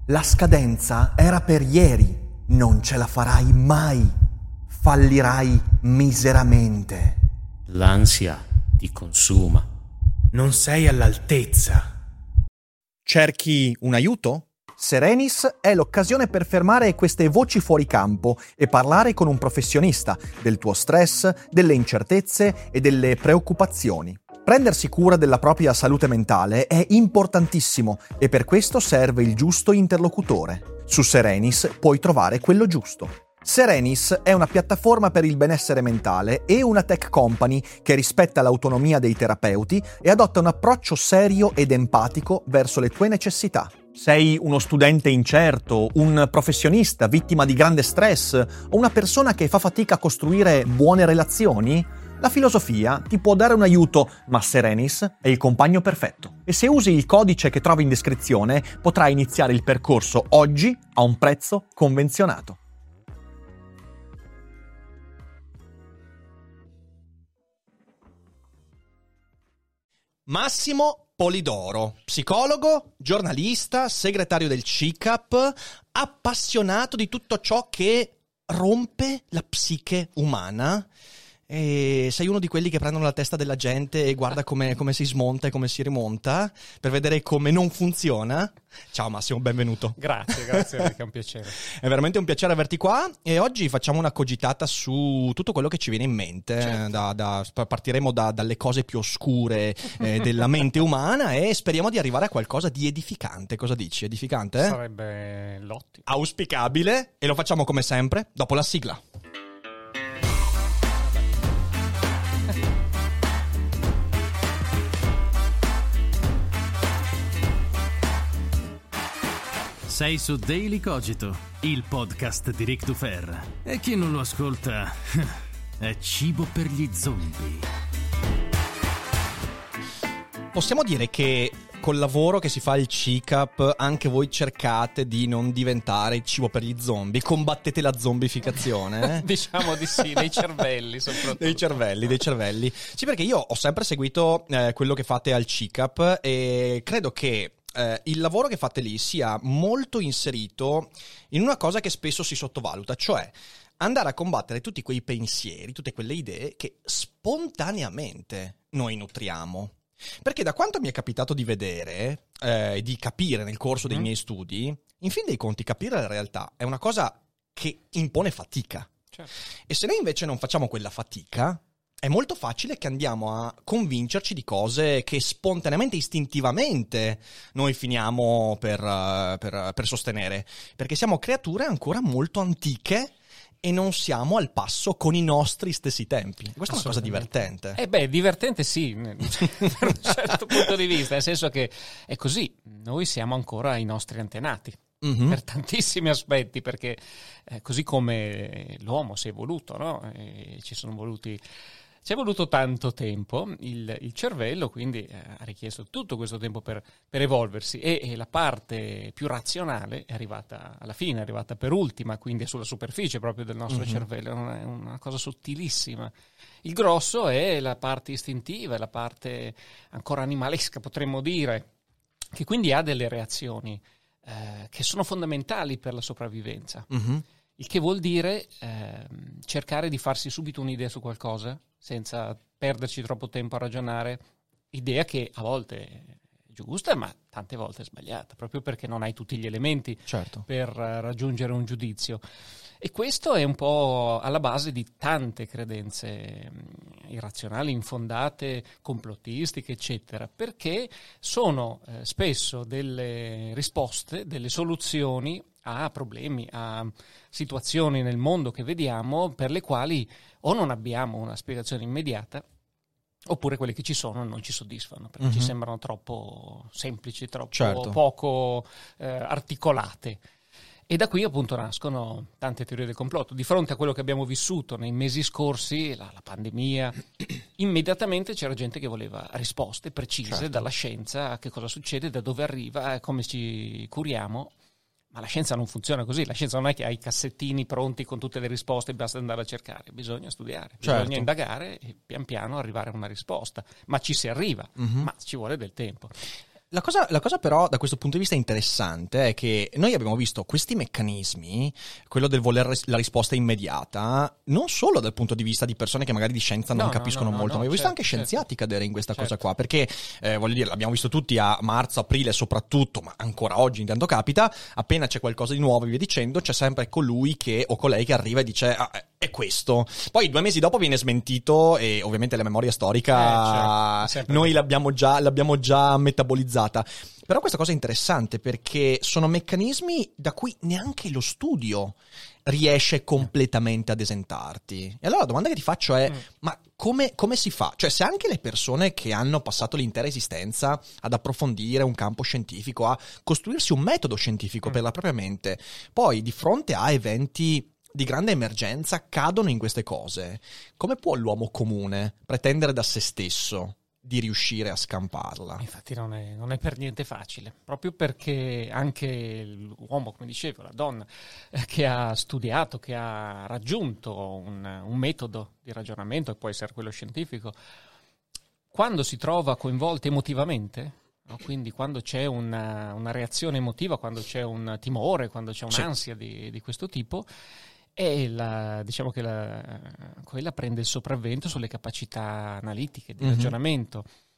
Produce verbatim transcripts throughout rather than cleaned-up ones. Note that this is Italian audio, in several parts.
La scadenza era per ieri, non ce la farai mai. Fallirai miseramente. L'ansia ti consuma. Non sei all'altezza. Cerchi un aiuto? Serenis è l'occasione per fermare queste voci fuori campo e parlare con un professionista del tuo stress, delle incertezze e delle preoccupazioni. Prendersi cura della propria salute mentale è importantissimo e per questo serve il giusto interlocutore. Su Serenis puoi trovare quello giusto. Serenis è una piattaforma per il benessere mentale e una tech company che rispetta l'autonomia dei terapeuti e adotta un approccio serio ed empatico verso le tue necessità. Sei uno studente incerto, un professionista vittima di grande stress o una persona che fa fatica a costruire buone relazioni? La filosofia ti può dare un aiuto, ma Serenis è il compagno perfetto. E se usi il codice che trovi in descrizione, potrai iniziare il percorso oggi a un prezzo convenzionato. Massimo Polidoro, psicologo, giornalista, segretario del C I C A P, appassionato di tutto ciò che rompe la psiche umana. E sei uno di quelli che prendono la testa della gente e guarda come, come si smonta e come si rimonta per vedere come non funziona. Ciao Massimo, benvenuto. Grazie, grazie, perché è un piacere. È veramente un piacere averti qua e oggi facciamo una cogitata su tutto quello che ci viene in mente. Certo. da, da, partiremo da, dalle cose più oscure eh, della mente umana e speriamo di arrivare a qualcosa di edificante. Cosa dici? Edificante? Eh? Sarebbe l'ottimo. Auspicabile, e lo facciamo come sempre dopo la sigla. Sei su Daily Cogito, il podcast di Ric Dufer. E chi non lo ascolta è cibo per gli zombie. Possiamo dire che col lavoro che si fa al C I C A P anche voi cercate di non diventare il cibo per gli zombie, combattete la zombificazione. Eh? Diciamo di sì, dei cervelli soprattutto. Dei cervelli, dei cervelli. Sì, perché io ho sempre seguito eh, quello che fate al C I C A P e credo che Eh, il lavoro che fate lì sia molto inserito in una cosa che spesso si sottovaluta, cioè andare a combattere tutti quei pensieri, tutte quelle idee che spontaneamente noi nutriamo. Perché da quanto mi è capitato di vedere e eh, di capire nel corso dei mm. miei studi, in fin dei conti capire la realtà è una cosa che impone fatica. Certo. E se noi invece non facciamo quella fatica, è molto facile che andiamo a convincerci di cose che spontaneamente, istintivamente noi finiamo per, uh, per, per sostenere, perché siamo creature ancora molto antiche e non siamo al passo con i nostri stessi tempi. Questa è una cosa divertente. Eh beh, divertente sì, per un certo punto di vista, nel senso che è così, noi siamo ancora i nostri antenati. Mm-hmm. Per tantissimi aspetti, perché eh, così come l'uomo si è evoluto, no? E ci sono voluti Ci è voluto tanto tempo, il, il cervello quindi eh, ha richiesto tutto questo tempo per, per evolversi e, e la parte più razionale è arrivata alla fine, è arrivata per ultima, quindi è sulla superficie proprio del nostro mm-hmm. cervello, è una cosa sottilissima. Il grosso è la parte istintiva, è la parte ancora animalesca, potremmo dire, che quindi ha delle reazioni eh, che sono fondamentali per la sopravvivenza. Mm-hmm. Il che vuol dire eh, cercare di farsi subito un'idea su qualcosa senza perderci troppo tempo a ragionare, idea che a volte è giusta ma tante volte è sbagliata, proprio perché non hai tutti gli elementi certo. per uh, raggiungere un giudizio. E questo è un po' alla base di tante credenze irrazionali, infondate, complottistiche, eccetera, perché sono eh, spesso delle risposte, delle soluzioni a problemi, a situazioni nel mondo che vediamo per le quali o non abbiamo una spiegazione immediata oppure quelle che ci sono non ci soddisfano perché mm-hmm. ci sembrano troppo semplici, troppo certo. poco eh, articolate. E da qui appunto nascono tante teorie del complotto. Di fronte a quello che abbiamo vissuto nei mesi scorsi, la, la pandemia, immediatamente c'era gente che voleva risposte precise certo. dalla scienza a che cosa succede, da dove arriva, come ci curiamo. Ma la scienza non funziona così, la scienza non è che hai i cassettini pronti con tutte le risposte, basta andare a cercare, bisogna studiare, certo. bisogna indagare e pian piano arrivare a una risposta, ma ci si arriva, mm-hmm. ma ci vuole del tempo. La cosa, la cosa però da questo punto di vista interessante è che noi abbiamo visto questi meccanismi, quello del voler ris- la risposta immediata, non solo dal punto di vista di persone che magari di scienza non No, no, capiscono no, no, molto, no, ma abbiamo certo, visto anche scienziati certo. cadere in questa Certo. cosa qua, perché eh, voglio dire, l'abbiamo visto tutti a marzo, aprile soprattutto, ma ancora oggi intanto capita, appena c'è qualcosa di nuovo e via dicendo, c'è sempre colui che o colei che arriva e dice ah, è questo. Poi due mesi dopo viene smentito e ovviamente la memoria storica Eh, certo, noi l'abbiamo già, l'abbiamo già metabolizzata. Però questa cosa è interessante perché sono meccanismi da cui neanche lo studio riesce completamente ad esentarti. E allora la domanda che ti faccio è, mm. ma come, come si fa? Cioè, se anche le persone che hanno passato l'intera esistenza ad approfondire un campo scientifico, a costruirsi un metodo scientifico mm. per la propria mente, poi di fronte a eventi di grande emergenza cadono in queste cose, come può l'uomo comune pretendere da se stesso di riuscire a scamparla? Infatti non è, non è per niente facile, proprio perché anche l'uomo, come dicevo, la donna, eh, che ha studiato, che ha raggiunto un, un metodo di ragionamento, e può essere quello scientifico, quando si trova coinvolta emotivamente, no? Quindi quando c'è una, una reazione emotiva, quando c'è un timore, quando c'è un'ansia sì. di, di questo tipo, e la, diciamo che la, quella prende il sopravvento sulle capacità analitiche, di mm-hmm. ragionamento,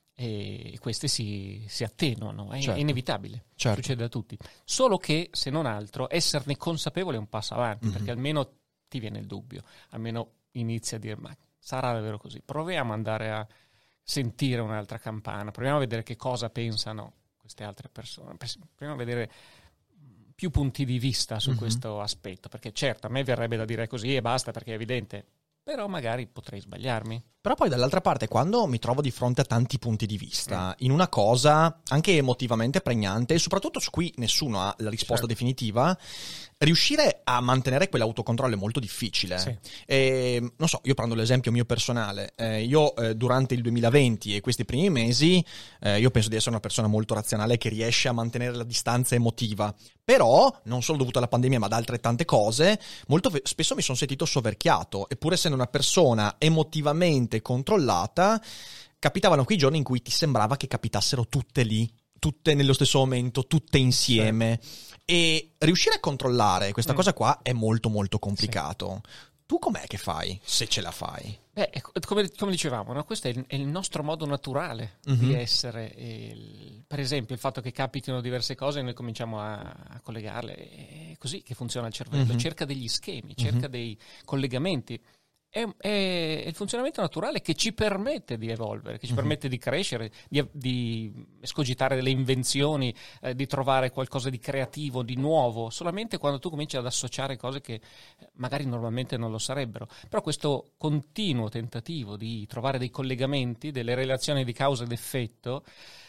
e queste si, si attenuano, è, certo. è inevitabile, certo. succede a tutti. Solo che, se non altro, esserne consapevole è un passo avanti, mm-hmm. perché almeno ti viene il dubbio, almeno inizi a dire, ma sarà davvero così? Proviamo ad andare a sentire un'altra campana, proviamo a vedere che cosa pensano queste altre persone, proviamo a vedere più punti di vista su mm-hmm. questo aspetto, perché certo a me verrebbe da dire così e basta perché è evidente, però magari potrei sbagliarmi. Però poi dall'altra parte, quando mi trovo di fronte a tanti punti di vista, mm. in una cosa anche emotivamente pregnante, e soprattutto su cui nessuno ha la risposta certo. definitiva, riuscire a mantenere quell'autocontrollo è molto difficile. Sì. E, non so, io prendo l'esempio mio personale. Eh, io eh, durante il duemilaventi e questi primi mesi, eh, io penso di essere una persona molto razionale che riesce a mantenere la distanza emotiva. Però, non solo dovuto alla pandemia, ma ad altrettante cose, molto fe- spesso mi sono sentito soverchiato. Eppure essendo una persona emotivamente controllata, capitavano quei giorni in cui ti sembrava che capitassero tutte lì, tutte nello stesso momento, tutte insieme. Sì. E riuscire a controllare questa mm. cosa qua è molto molto complicato. Sì. Tu com'è che fai, se ce la fai? Beh, come, come dicevamo, no? Questo è il, è il nostro modo naturale mm-hmm. di essere. Il, per esempio, il fatto che capitino diverse cose e noi cominciamo a, a collegarle. È così che funziona il cervello. Mm-hmm. Cerca degli schemi, mm-hmm. cerca dei collegamenti. È, è il funzionamento naturale che ci permette di evolvere, che ci mm-hmm. permette di crescere, di, di escogitare delle invenzioni, eh, di trovare qualcosa di creativo, di nuovo, solamente quando tu cominci ad associare cose che magari normalmente non lo sarebbero. Però questo continuo tentativo di trovare dei collegamenti, delle relazioni di causa ed effetto,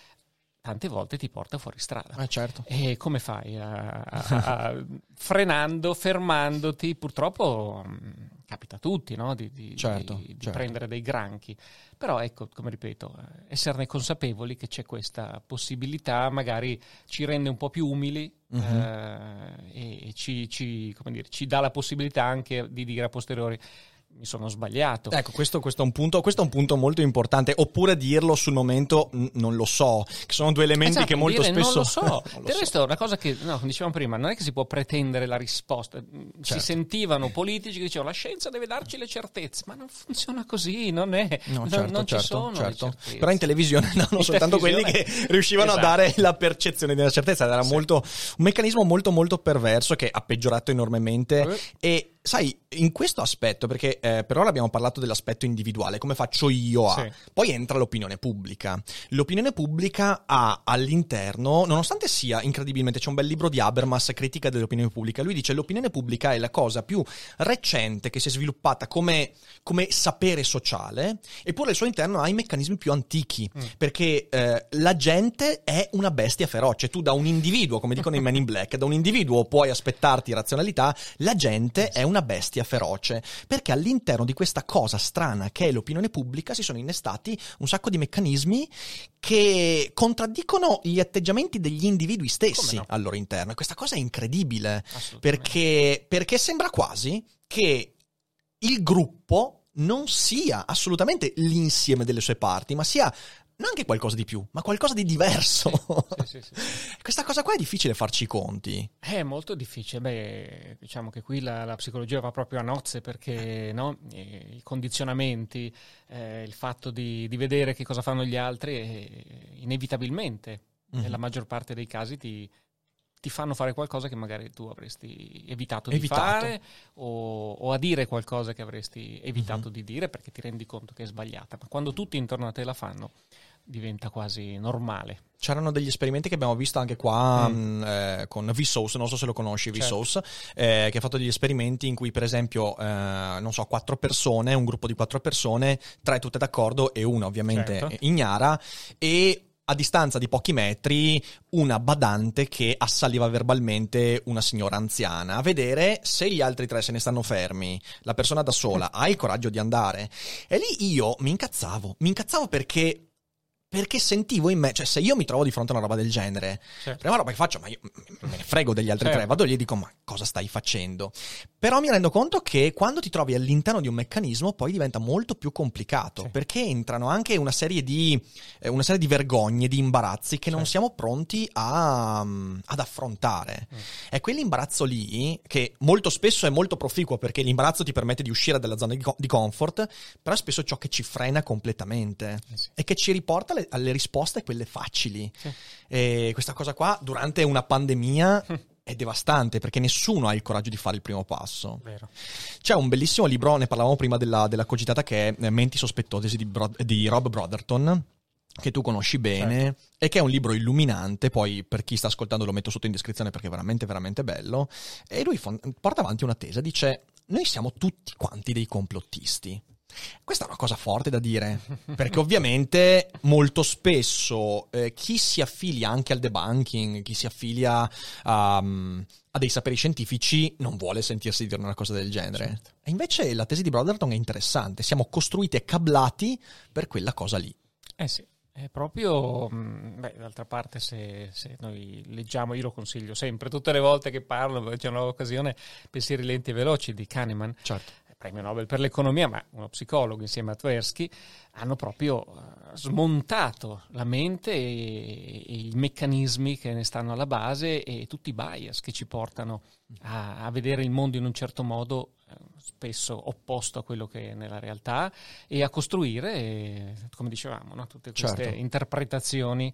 tante volte ti porta fuori strada. Ah, certo. E come fai? A, a, a, frenando, fermandoti, purtroppo mh, capita a tutti, no? Di, di, certo, di, di certo. prendere dei granchi. Però ecco, come ripeto, esserne consapevoli che c'è questa possibilità, magari ci rende un po' più umili mm-hmm. eh, e, e ci, ci, come dire, ci dà la possibilità anche di dire a posteriori mi sono sbagliato. Ecco, questo, questo, è un punto, questo è un punto molto importante. Oppure dirlo sul momento n- non lo so, che sono due elementi esatto, che molto dire, spesso non lo so. non lo Del so. resto, una cosa che no, dicevamo prima, non è che si può pretendere la risposta. Certo. Si sentivano politici che dicevano la scienza deve darci le certezze, ma non funziona così, non è. No, non, certo, non certo, ci sono certo. le certezze. Però in televisione andavano In soltanto televisione... quelli che riuscivano esatto. a dare la percezione della certezza. Era sì. molto un meccanismo molto molto perverso che ha peggiorato enormemente eh. e sai, in questo aspetto, perché eh, per ora abbiamo parlato dell'aspetto individuale, come faccio io a... Sì. Poi entra l'opinione pubblica. L'opinione pubblica ha all'interno, nonostante sia incredibilmente, c'è un bel libro di Habermas, Critica dell'opinione pubblica, lui dice l'opinione pubblica è la cosa più recente che si è sviluppata come, come sapere sociale, eppure al suo interno ha i meccanismi più antichi, mm. perché eh, la gente è una bestia feroce. Tu da un individuo, come dicono i Men in Black, da un individuo puoi aspettarti razionalità, la gente è una una bestia feroce, perché all'interno di questa cosa strana che è l'opinione pubblica si sono innestati un sacco di meccanismi che contraddicono gli atteggiamenti degli individui stessi no? al loro interno, e questa cosa è incredibile perché, perché sembra quasi che il gruppo non sia assolutamente l'insieme delle sue parti, ma sia neanche qualcosa di più, ma qualcosa di diverso. Sì, sì, sì, sì. Questa cosa qua è difficile farci i conti. È molto difficile. Beh, diciamo che qui la, la psicologia va proprio a nozze, perché no? E i condizionamenti, eh, il fatto di, di vedere che cosa fanno gli altri, eh, inevitabilmente, mm-hmm. nella maggior parte dei casi ti, ti fanno fare qualcosa che magari tu avresti evitato, evitato. di fare, o, o a dire qualcosa che avresti evitato mm-hmm. di dire, perché ti rendi conto che è sbagliata. Ma quando tutti intorno a te la fanno, diventa quasi normale. C'erano degli esperimenti che abbiamo visto anche qua mm. eh, con Vsauce, non so se lo conosci, certo. Vsauce, eh, che ha fatto degli esperimenti in cui per esempio, eh, non so, quattro persone, un gruppo di quattro persone, tre tutte d'accordo e una ovviamente certo. ignara, e a distanza di pochi metri una badante che assaliva verbalmente una signora anziana, a vedere se gli altri tre se ne stanno fermi, la persona da sola ha il coraggio di andare. E lì io mi incazzavo, mi incazzavo perché Perché sentivo in me, cioè se io mi trovo di fronte a una roba del genere, certo. prima roba che faccio, ma io me ne frego degli altri certo. tre, vado lì e dico ma cosa stai facendo? Però mi rendo conto che quando ti trovi all'interno di un meccanismo poi diventa molto più complicato, sì. perché entrano anche una serie di eh, una serie di vergogne, di imbarazzi che certo. non siamo pronti a, ad affrontare. Mm. È quell'imbarazzo lì che molto spesso è molto proficuo, perché l'imbarazzo ti permette di uscire dalla zona di, di comfort, però è spesso ciò che ci frena completamente eh sì. e che ci riporta alle, alle risposte quelle facili. Sì. E questa cosa qua durante una pandemia è devastante, perché nessuno ha il coraggio di fare il primo passo. Vero. C'è un bellissimo libro, ne parlavamo prima della, della cogitata, che è Menti sospettose di, Bro- di Rob Brotherton, che tu conosci bene, certo. e che è un libro illuminante. Poi per chi sta ascoltando lo metto sotto in descrizione perché è veramente veramente bello. E lui fon- porta avanti una tesi, dice: noi siamo tutti quanti dei complottisti. Questa è una cosa forte da dire, perché ovviamente molto spesso eh, chi si affilia anche al debunking, chi si affilia a, a dei saperi scientifici, non vuole sentirsi dire una cosa del genere. Certo. E invece la tesi di Brotherton è interessante, siamo costruiti e cablati per quella cosa lì. Eh sì. È proprio, beh, d'altra parte se, se noi leggiamo, io lo consiglio sempre, tutte le volte che parlo, c'è una nuova occasione, Pensieri lenti e veloci di Kahneman, certo. premio Nobel per l'economia, ma uno psicologo insieme a Tversky, hanno proprio uh, smontato la mente e, e i meccanismi che ne stanno alla base e tutti i bias che ci portano a, a vedere il mondo in un certo modo, spesso opposto a quello che è nella realtà, e a costruire, come dicevamo, no? tutte queste certo. interpretazioni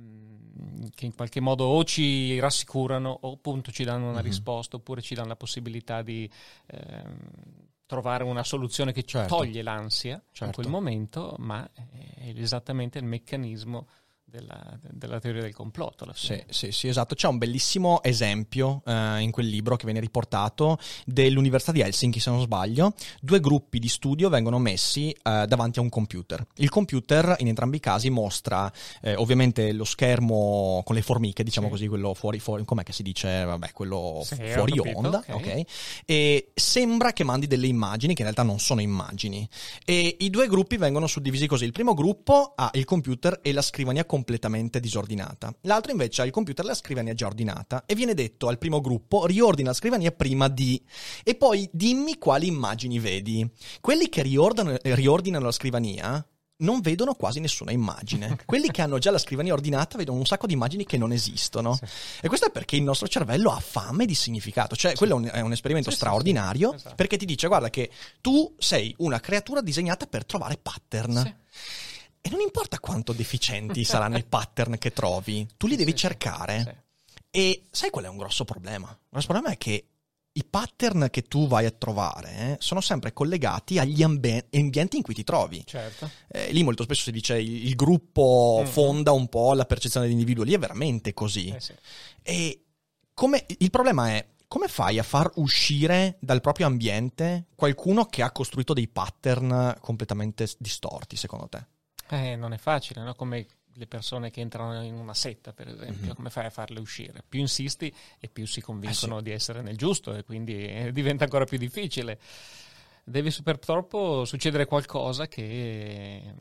mh, che in qualche modo o ci rassicurano o appunto ci danno una mm-hmm. risposta, oppure ci danno la possibilità di ehm, trovare una soluzione che ci certo. toglie l'ansia certo. in quel momento, ma è esattamente il meccanismo Della, della teoria del complotto alla fine. Sì, sì, sì, esatto. C'è un bellissimo esempio eh, in quel libro che viene riportato dell'Università di Helsinki, se non sbaglio. Due gruppi di studio vengono messi eh, davanti a un computer. Il computer in entrambi i casi mostra eh, ovviamente lo schermo con le formiche, diciamo sì. così, quello fuori, fuori, com'è che si dice? Vabbè, quello sì, fuori capito, onda, ok. okay. E sembra che mandi delle immagini che in realtà non sono immagini. E i due gruppi vengono suddivisi così. Il primo gruppo ha il computer e la scrivania completamente disordinata. L'altro invece ha il computer e la scrivania già ordinata, e viene detto al primo gruppo: riordina la scrivania prima di, e poi dimmi quali immagini vedi. Quelli che riordinano, riordinano la scrivania non vedono quasi nessuna immagine. Quelli che hanno già la scrivania ordinata vedono un sacco di immagini che non esistono. Sì. E questo è perché il nostro cervello ha fame di significato. Cioè, sì. quello è un, è un esperimento sì, straordinario, sì, sì. Esatto. perché ti dice: guarda che tu sei una creatura disegnata per trovare pattern. Sì. E non importa quanto deficienti saranno i pattern che trovi, tu li devi sì, cercare. Sì. E sai qual è un grosso problema? Il grosso problema è che i pattern che tu vai a trovare eh, sono sempre collegati agli ambi- ambienti in cui ti trovi. Certo. Eh, lì molto spesso si dice il, il gruppo mm-hmm. fonda un po' la percezione dell'individuo, lì è veramente così. Eh sì. E come, il problema è: come fai a far uscire dal proprio ambiente qualcuno che ha costruito dei pattern completamente distorti, secondo te? Eh, non è facile, no? Come le persone che entrano in una setta, per esempio, mm-hmm. come fai a farle uscire? Più insisti e più si convincono eh sì. di essere nel giusto, e quindi eh, diventa ancora più difficile. Deve purtroppo succedere qualcosa che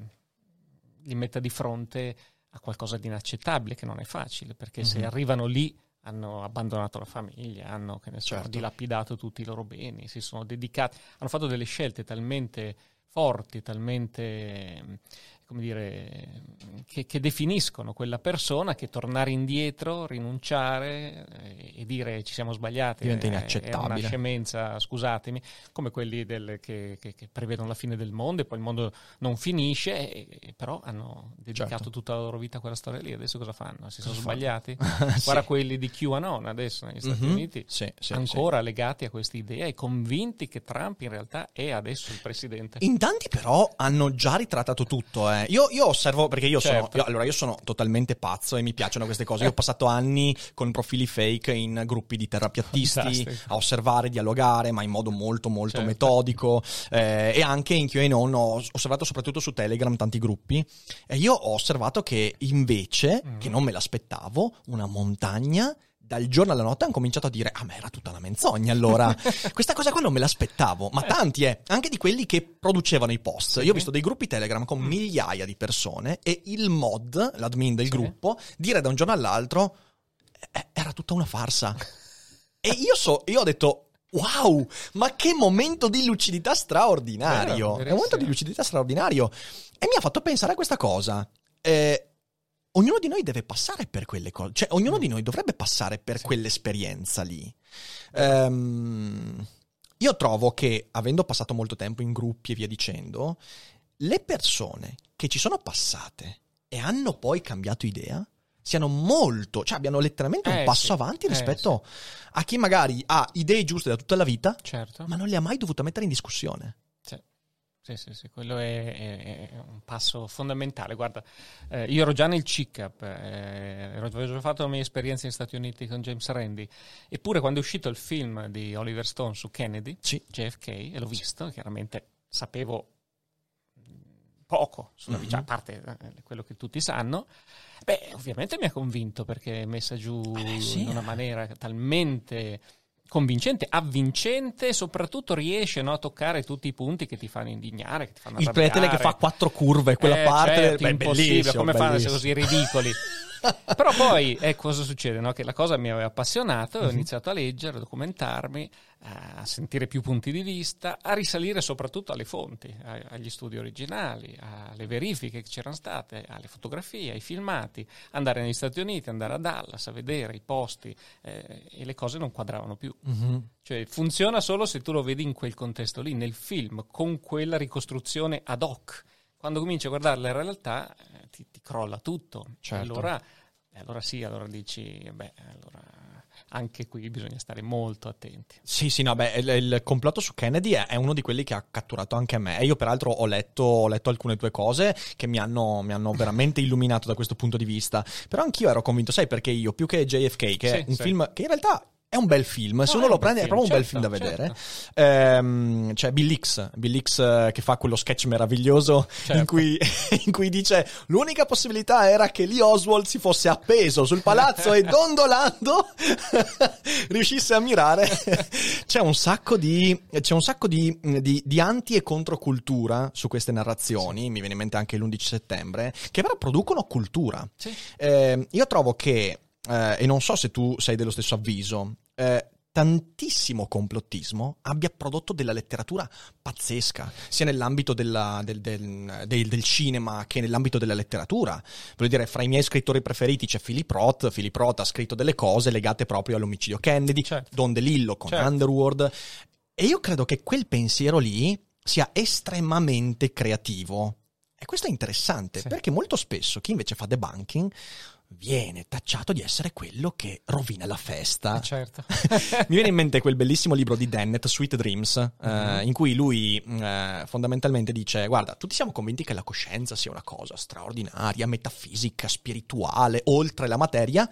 li metta di fronte a qualcosa di inaccettabile, che non è facile, perché mm-hmm. se arrivano lì hanno abbandonato la famiglia, hanno che ne so, certo. dilapidato tutti i loro beni, si sono dedicati, hanno fatto delle scelte talmente forti, talmente, come dire, che, che definiscono quella persona che tornare indietro, rinunciare e, e dire ci siamo sbagliati diventa è, inaccettabile. è una scemenza, scusatemi, come quelli del, che, che, che prevedono la fine del mondo e poi il mondo non finisce, e, e però hanno dedicato certo. tutta la loro vita a quella storia lì. Adesso cosa fanno? Si sono Cosa sbagliati? sì. Guarda quelli di QAnon adesso negli Stati Mm-hmm. Uniti, sì, sì, ancora sì. legati a questa idea e convinti che Trump in realtà è adesso il presidente. In tanti però hanno già ritrattato tutto. Eh. Io, io osservo, perché io Certo. sono io, allora io sono totalmente pazzo e mi piacciono queste cose. Io ho passato anni con profili fake in gruppi di terrapiattisti, Fantastico. a osservare, dialogare, ma in modo molto molto Certo. metodico, eh, e anche in QAnon ho osservato soprattutto su Telegram tanti gruppi, e io ho osservato che invece, Mm. che non me l'aspettavo, una montagna dal giorno alla notte hanno cominciato a dire ah ma era tutta una menzogna allora. Questa cosa qua non me l'aspettavo, ma tanti eh, anche di quelli che producevano i post. Sì. Io ho visto dei gruppi Telegram con Mm. migliaia di persone e il mod, l'admin del Sì. gruppo, dire da un giorno all'altro eh, era tutta una farsa. E io so, io ho detto wow, ma che momento di lucidità straordinario. Vero, È un momento di lucidità straordinario. E mi ha fatto pensare a questa cosa. Eh, ognuno di noi deve passare per quelle cose, cioè ognuno di noi dovrebbe passare per Sì. quell'esperienza lì. Ehm, io trovo che, avendo passato molto tempo in gruppi e via dicendo, le persone che ci sono passate e hanno poi cambiato idea siano molto, cioè abbiano letteralmente un Eh, passo sì. avanti Eh, rispetto a chi magari ha idee giuste da tutta la vita, Certo. ma non le ha mai dovute mettere in discussione. Sì. Sì, sì, sì, quello è, è- è un passo fondamentale. Guarda, eh, io ero già nel C I C A P, eh, ero- avevo già fatto la mia esperienza negli Stati Uniti con James Randi, eppure quando è uscito il film di Oliver Stone su Kennedy, Sì. J F K, e l'ho visto, chiaramente sapevo poco sulla Mhm. vicenda, a parte eh, quello che tutti sanno, beh, ovviamente mi ha convinto perché è messa giù Eh, sì. in una maniera talmente convincente, avvincente, e soprattutto riesce, no, a toccare tutti i punti che ti fanno indignare, che ti fanno Il arrabbiare. pretele che fa quattro curve, quella Eh, parte, certo, beh, impossibile, bellissimo, come fanno a essere bellissimo. così ridicoli? Però poi, eh, cosa succede? No? Che la cosa mi aveva appassionato, e ho iniziato a leggere, a documentarmi, a sentire più punti di vista, a risalire soprattutto alle fonti, a- agli studi originali, alle verifiche che c'erano state, alle fotografie, ai filmati, andare negli Stati Uniti, andare a Dallas, a vedere i posti, eh, e le cose non quadravano più. Mhm. Cioè, funziona solo se tu lo vedi in quel contesto lì, nel film, con quella ricostruzione ad hoc. Quando cominci a guardare la realtà, eh, ti, ti crolla tutto. Certo. Allora, eh, allora sì, allora dici, beh, allora anche qui bisogna stare molto attenti. Sì, sì, no, beh, il, il complotto su Kennedy è, è uno di quelli che ha catturato anche me. E io, peraltro, ho letto, ho letto alcune tue cose che mi hanno, mi hanno veramente illuminato da questo punto di vista. Però anch'io ero convinto, sai perché io, più che J F K, che Sì, è un sì. film che in realtà è un bel film, se No, uno è lo un bel prende è film, proprio un bel film certo, da vedere. certo. Ehm, c'è Bill Hicks, Bill Hicks eh, che fa quello sketch meraviglioso Certo. in, cui, in cui dice l'unica possibilità era che Lee Oswald si fosse appeso sul palazzo e dondolando riuscisse a mirare. C'è un sacco di c'è un sacco di, di, di anti e controcultura su queste narrazioni, mi viene in mente anche l'undici settembre, che però producono cultura. Sì. Eh, io trovo che, eh, e non so se tu sei dello stesso avviso, eh, tantissimo complottismo abbia prodotto della letteratura pazzesca, sia nell'ambito della, del, del, del, del cinema che nell'ambito della letteratura. Voglio dire, fra i miei scrittori preferiti c'è Philip Roth. Philip Roth ha scritto delle cose legate proprio all'omicidio Kennedy, Certo. Don DeLillo con Certo. Underworld, e io credo che quel pensiero lì sia estremamente creativo. E questo è interessante, Sì. perché molto spesso chi invece fa debunking viene tacciato di essere quello che rovina la festa. Eh, certo. Mi viene in mente quel bellissimo libro di Dennett, Sweet Dreams, eh, in cui lui eh, fondamentalmente dice: guarda, tutti siamo convinti che la coscienza sia una cosa straordinaria, metafisica, spirituale, oltre la materia.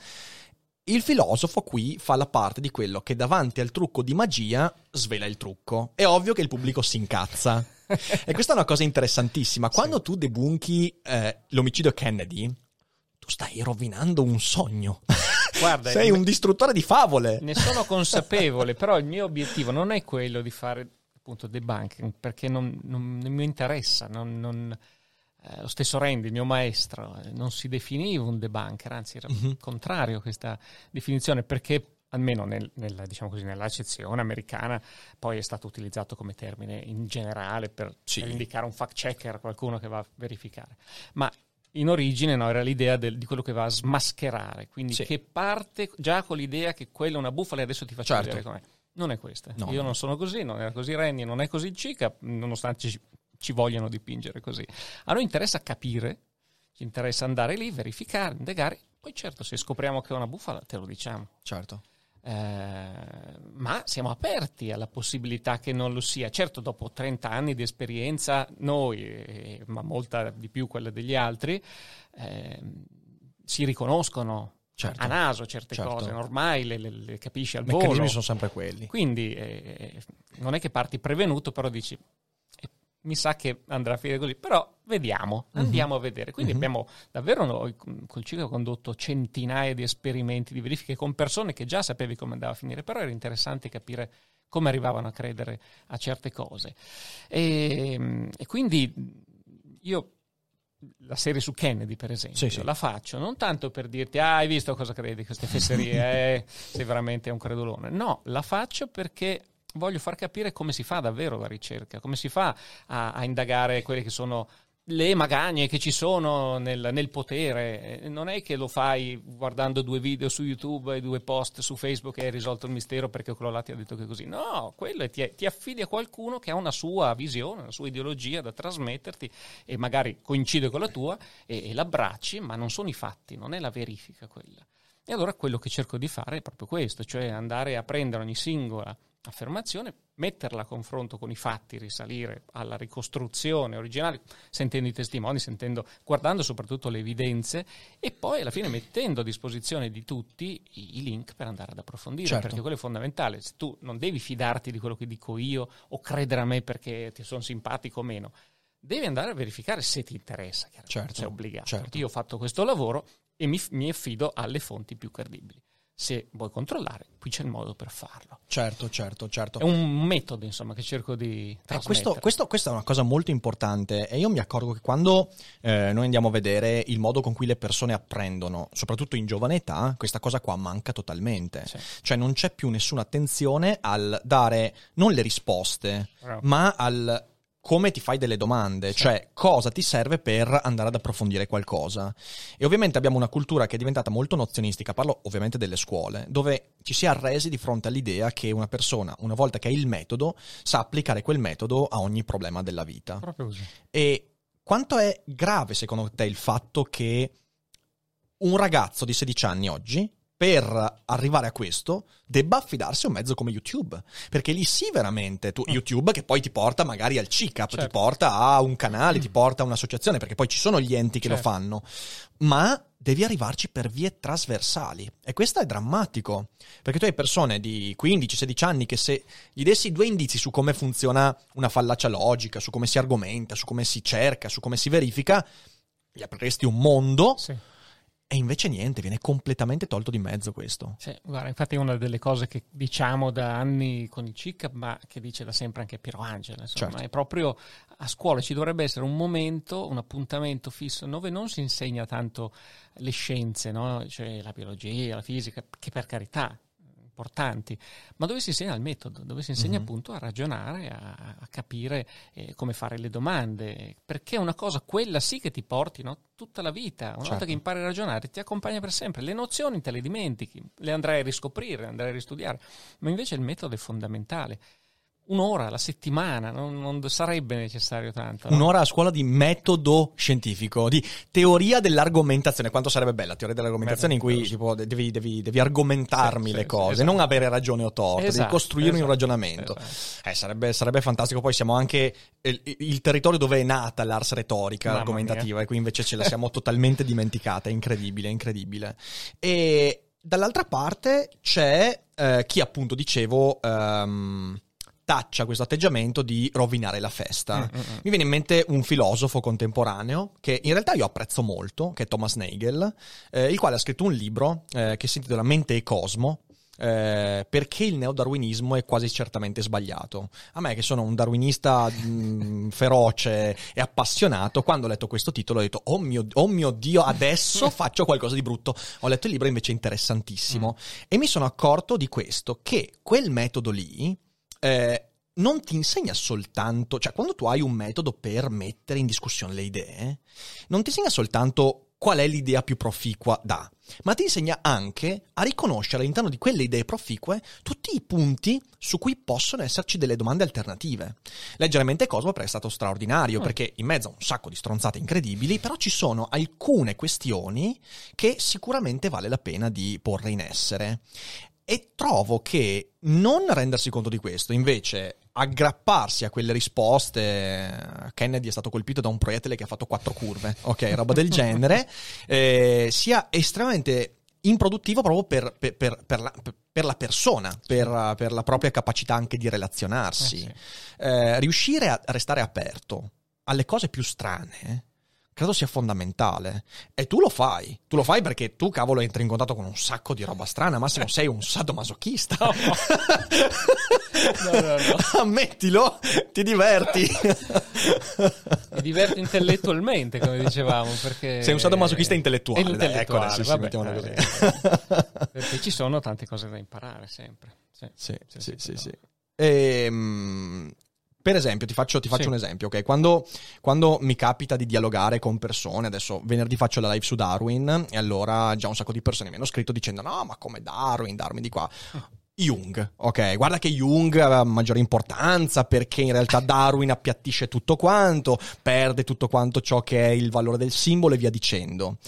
Il filosofo qui fa la parte di quello che davanti al trucco di magia svela il trucco. È ovvio che il pubblico si incazza. E questa è una cosa interessantissima. Quando tu debunchi eh, l'omicidio Kennedy, tu stai rovinando un sogno. Guarda, sei un distruttore di favole. Ne sono consapevole, però il mio obiettivo non è quello di fare appunto debunking, perché non, non, non mi interessa. Non, non, eh, lo stesso Randi, il mio maestro, eh, non si definiva un debunker, anzi era Mhm. il contrario a questa definizione, perché almeno nel, nel, diciamo così, nell'accezione americana, poi è stato utilizzato come termine in generale per, sì. per indicare un fact checker, qualcuno che va a verificare. Ma in origine no, era l'idea del, di quello che va a smascherare, quindi sì. che parte già con l'idea che quella è una bufala e adesso ti faccio certo. vedere com'è. Non è questa. No, Io no. non sono così, non era così Renny, non è così Cica, nonostante ci, ci vogliano dipingere così. A noi interessa capire, ci interessa andare lì, verificare, indagare. Poi certo, se scopriamo che è una bufala, te lo diciamo. Certo. Eh, ma siamo aperti alla possibilità che non lo sia. Certo, dopo trenta anni di esperienza, noi, eh, ma molta di più quella degli altri, eh, si riconoscono certo. a naso certe certo. cose, ormai le, le, le capisci al I volo. meccanismi sono sempre quelli. Quindi eh, non è che parti prevenuto, però dici... mi sa che andrà a finire così, però vediamo, andiamo uh-huh. a vedere. Quindi uh-huh. abbiamo davvero noi col ciclo condotto centinaia di esperimenti, di verifiche con persone che già sapevi come andava a finire, però era interessante capire come arrivavano a credere a certe cose. E, e quindi io la serie su Kennedy, per esempio, sì, sì. la faccio non tanto per dirti ah, hai visto cosa credi, queste fesserie, eh, sei veramente un credulone. No, la faccio perché voglio far capire come si fa davvero la ricerca, come si fa a, a indagare quelle che sono le magagne che ci sono nel, nel potere. Non è che lo fai guardando due video su YouTube e due post su Facebook e hai risolto il mistero perché quello là ti ha detto che è così. No, quello è ti, ti affidi a qualcuno che ha una sua visione, una sua ideologia da trasmetterti e magari coincide con la tua e, e l'abbracci, ma non sono i fatti, non è la verifica quella. E allora quello che cerco di fare è proprio questo, cioè andare a prendere ogni singola affermazione, metterla a confronto con i fatti, risalire alla ricostruzione originale, sentendo i testimoni, sentendo, guardando soprattutto le evidenze e poi alla fine mettendo a disposizione di tutti i, i link per andare ad approfondire, certo. perché quello è fondamentale. Se tu non devi fidarti di quello che dico io o credere a me perché ti sono simpatico o meno, devi andare a verificare se ti interessa, chiaramente, certo. sei obbligato. Certo. Io ho fatto questo lavoro e mi, mi affido alle fonti più credibili. Se vuoi controllare, qui c'è il modo per farlo. Certo, certo, certo. È un metodo, insomma, che cerco di trasmettere. Eh, questo, questo, questa è una cosa molto importante e io mi accorgo che quando eh, noi andiamo a vedere il modo con cui le persone apprendono, soprattutto in giovane età, questa cosa qua manca totalmente. Sì. Cioè non c'è più nessuna attenzione al dare non le risposte, oh. ma al... come ti fai delle domande, sì. cioè cosa ti serve per andare ad approfondire qualcosa. E ovviamente abbiamo una cultura che è diventata molto nozionistica, parlo ovviamente delle scuole, dove ci si è arresi di fronte all'idea che una persona, una volta che ha il metodo, sa applicare quel metodo a ogni problema della vita. Proprio così. E quanto è grave secondo te il fatto che un ragazzo di sedici anni oggi, per arrivare a questo, debba affidarsi a un mezzo come YouTube, perché lì sì veramente tu, YouTube che poi ti porta magari al C I C A P, certo. ti porta a un canale, mm. ti porta a un'associazione, perché poi ci sono gli enti che certo. lo fanno, ma devi arrivarci per vie trasversali e questo è drammatico, perché tu hai persone di quindici sedici anni che se gli dessi due indizi su come funziona una fallacia logica, su come si argomenta, su come si cerca, su come si verifica, gli apriresti un mondo. Sì. E invece niente, viene completamente tolto di mezzo questo. Sì, guarda, infatti è una delle cose che diciamo da anni con il C I C A P, ma che dice da sempre anche Piero Angela, insomma, certo. è proprio a scuola ci dovrebbe essere un momento, un appuntamento fisso dove non si insegna tanto le scienze, no? Cioè la biologia, la fisica, che per carità importanti, ma dove si insegna il metodo, dove si insegna mm-hmm. appunto a ragionare, a, a capire eh, come fare le domande, perché è una cosa, quella sì che ti porti, no, tutta la vita, una certo. volta che impari a ragionare ti accompagna per sempre, le nozioni te le dimentichi, le andrai a riscoprire, le andrai a ristudiare, ma invece il metodo è fondamentale. Un'ora alla settimana, non, non sarebbe necessario tanto. No? Un'ora a scuola di metodo scientifico, di teoria dell'argomentazione. Quanto sarebbe bella la teoria dell'argomentazione in cui tipo, devi, devi, devi argomentarmi sì, le sì, cose, esatto. non avere ragione o torto, esatto, devi costruirmi esatto, un ragionamento. Esatto. Eh, sarebbe, sarebbe fantastico. Poi siamo anche il, il territorio dove è nata l'ars retorica Mamma argomentativa mia. E qui invece ce la siamo totalmente dimenticata. È incredibile, è incredibile. E dall'altra parte c'è eh, chi appunto dicevo... Um, taccia questo atteggiamento di rovinare la festa. Mm-hmm. Mi viene in mente un filosofo contemporaneo che in realtà io apprezzo molto, che è Thomas Nagel, eh, il quale ha scritto un libro eh, che si intitola Mente e Cosmo, eh, perché il neodarwinismo è quasi certamente sbagliato. A me, che sono un darwinista mh, feroce e appassionato, quando ho letto questo titolo ho detto oh mio, oh mio Dio, adesso faccio qualcosa di brutto. Ho letto il libro invece interessantissimo mm. e mi sono accorto di questo, che quel metodo lì eh, non ti insegna soltanto, cioè quando tu hai un metodo per mettere in discussione le idee, non ti insegna soltanto qual è l'idea più proficua da, ma ti insegna anche a riconoscere all'interno di quelle idee proficue tutti i punti su cui possono esserci delle domande alternative. Leggere Mente Cosmo è stato straordinario, mm. perché in mezzo a un sacco di stronzate incredibili, però ci sono alcune questioni che sicuramente vale la pena di porre in essere. E trovo che non rendersi conto di questo, invece aggrapparsi a quelle risposte, Kennedy è stato colpito da un proiettile che ha fatto quattro curve, ok, roba del genere, eh, sia estremamente improduttivo proprio per, per, per, per, la, per la persona, per, per la propria capacità anche di relazionarsi. Eh sì. eh, riuscire a restare aperto alle cose più strane credo sia fondamentale. E tu lo fai. Tu lo fai perché tu, cavolo, entri in contatto con un sacco di roba strana. Massimo, sei un sadomasochista. No, no, no, no. Ammettilo, ti diverti. Mi diverto intellettualmente, come dicevamo, perché... Sei un sadomasochista intellettuale. È intellettuale, ecco, vabbè, sì, così. Perché ci sono tante cose da imparare, sempre. Sì, sì, sì, sì. sì, sì. sì. Ehm... Per esempio, ti faccio, ti faccio sì. un esempio, ok? Quando, quando mi capita di dialogare con persone, adesso venerdì faccio la live su Darwin, e allora già un sacco di persone mi hanno scritto dicendo no, ma come Darwin, Darwin di qua. Jung, ok? Guarda che Jung aveva maggiore importanza perché in realtà Darwin appiattisce tutto quanto, perde tutto quanto ciò che è il valore del simbolo e via dicendo.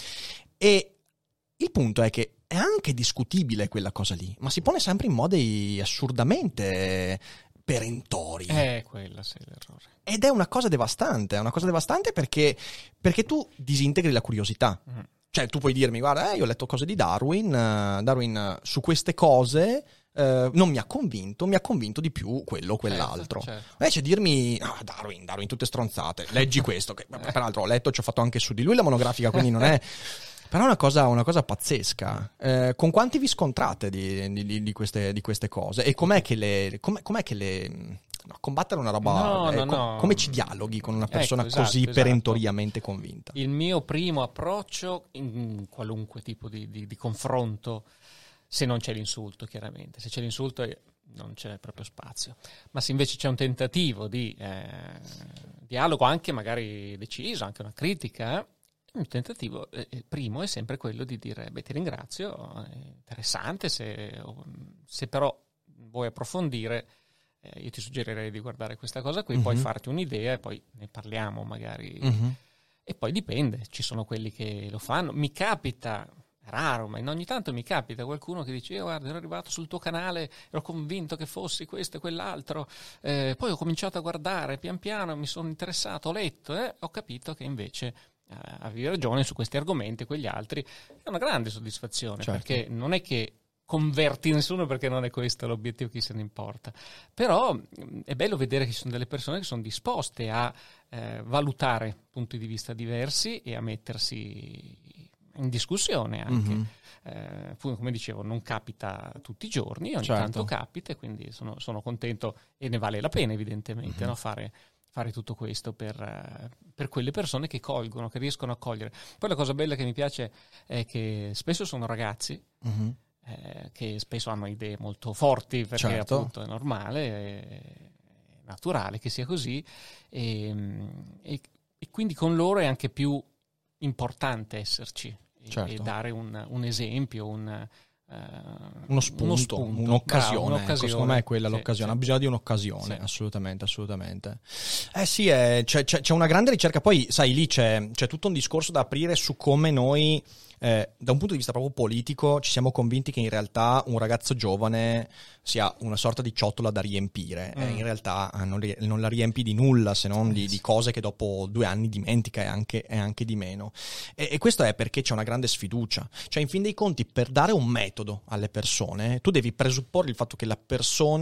E il punto è che è anche discutibile quella cosa lì, ma si pone sempre in modi assurdamente perentori. È quello, sì, l'errore. Ed è una cosa devastante, è una cosa devastante perché, perché tu disintegri la curiosità. Mm. Cioè tu puoi dirmi, guarda, eh, io ho letto cose di Darwin, uh, Darwin uh, su queste cose uh, non mi ha convinto, mi ha convinto di più quello o quell'altro. Certo, certo. Invece dirmi, ah, oh, Darwin, Darwin, tutte stronzate, leggi questo, che peraltro ho letto, ci ho fatto anche su di lui la monografica, quindi non è... Però è una cosa, una cosa pazzesca. Eh, con quanti vi scontrate di, di, di, queste, di queste cose? E com'è che le... Com'è, com'è che le no, combattere una roba... No, eh, no, com- no. Come ci dialoghi con una persona ecco, esatto, così esatto. perentoriamente convinta? Il mio primo approccio in qualunque tipo di, di, di confronto, se non c'è l'insulto, chiaramente. Se c'è l'insulto non c'è proprio spazio. Ma se invece c'è un tentativo di eh, dialogo, anche magari deciso, anche una critica... Il tentativo eh, primo è sempre quello di dire beh, ti ringrazio, è interessante, se, se però vuoi approfondire eh, io ti suggerirei di guardare questa cosa qui, mm-hmm. poi farti un'idea e poi ne parliamo magari. Mm-hmm. E poi dipende, ci sono quelli che lo fanno. Mi capita, raro, ma in ogni tanto mi capita qualcuno che dice: guarda, ero arrivato sul tuo canale, ero convinto che fossi questo e quell'altro, eh, poi ho cominciato a guardare, pian piano mi sono interessato, ho letto e eh, ho capito che invece eh, avevi ragione su questi argomenti e quegli altri. È una grande soddisfazione, certo. Perché non è che converti nessuno, perché non è questo l'obiettivo, chi se ne importa, però è bello vedere che ci sono delle persone che sono disposte a eh, valutare punti di vista diversi e a mettersi in discussione anche. Mm-hmm. Eh, come dicevo, non capita tutti i giorni, ogni certo. tanto capita, e quindi sono, sono contento, e ne vale la pena evidentemente, mm-hmm. no? fare, fare tutto questo per, per quelle persone che colgono, che riescono a cogliere. Poi la cosa bella che mi piace è che spesso sono ragazzi, mm-hmm. eh, che spesso hanno idee molto forti, perché certo. appunto è normale, è naturale che sia così, e, e, e quindi con loro è anche più importante esserci. Certo. E dare un, un esempio, un, uh, uno, spunto, uno spunto, un'occasione. Bravo, un'occasione. Ecco, secondo me è quella sì, l'occasione. Sì. Ha bisogno di un'occasione, sì. assolutamente, assolutamente. Eh sì, è, c'è, c'è, c'è una grande ricerca. Poi, sai, lì c'è, c'è tutto un discorso da aprire su come noi, eh, da un punto di vista proprio politico, ci siamo convinti che in realtà un ragazzo giovane sia una sorta di ciotola da riempire. Mm. E in realtà non, non la riempi di nulla, se non di, di cose che dopo due anni dimentica, e anche, e anche di meno. E, e questo è perché c'è una grande sfiducia. Cioè, in fin dei conti, per dare un metodo alle persone, tu devi presupporre il fatto che la persona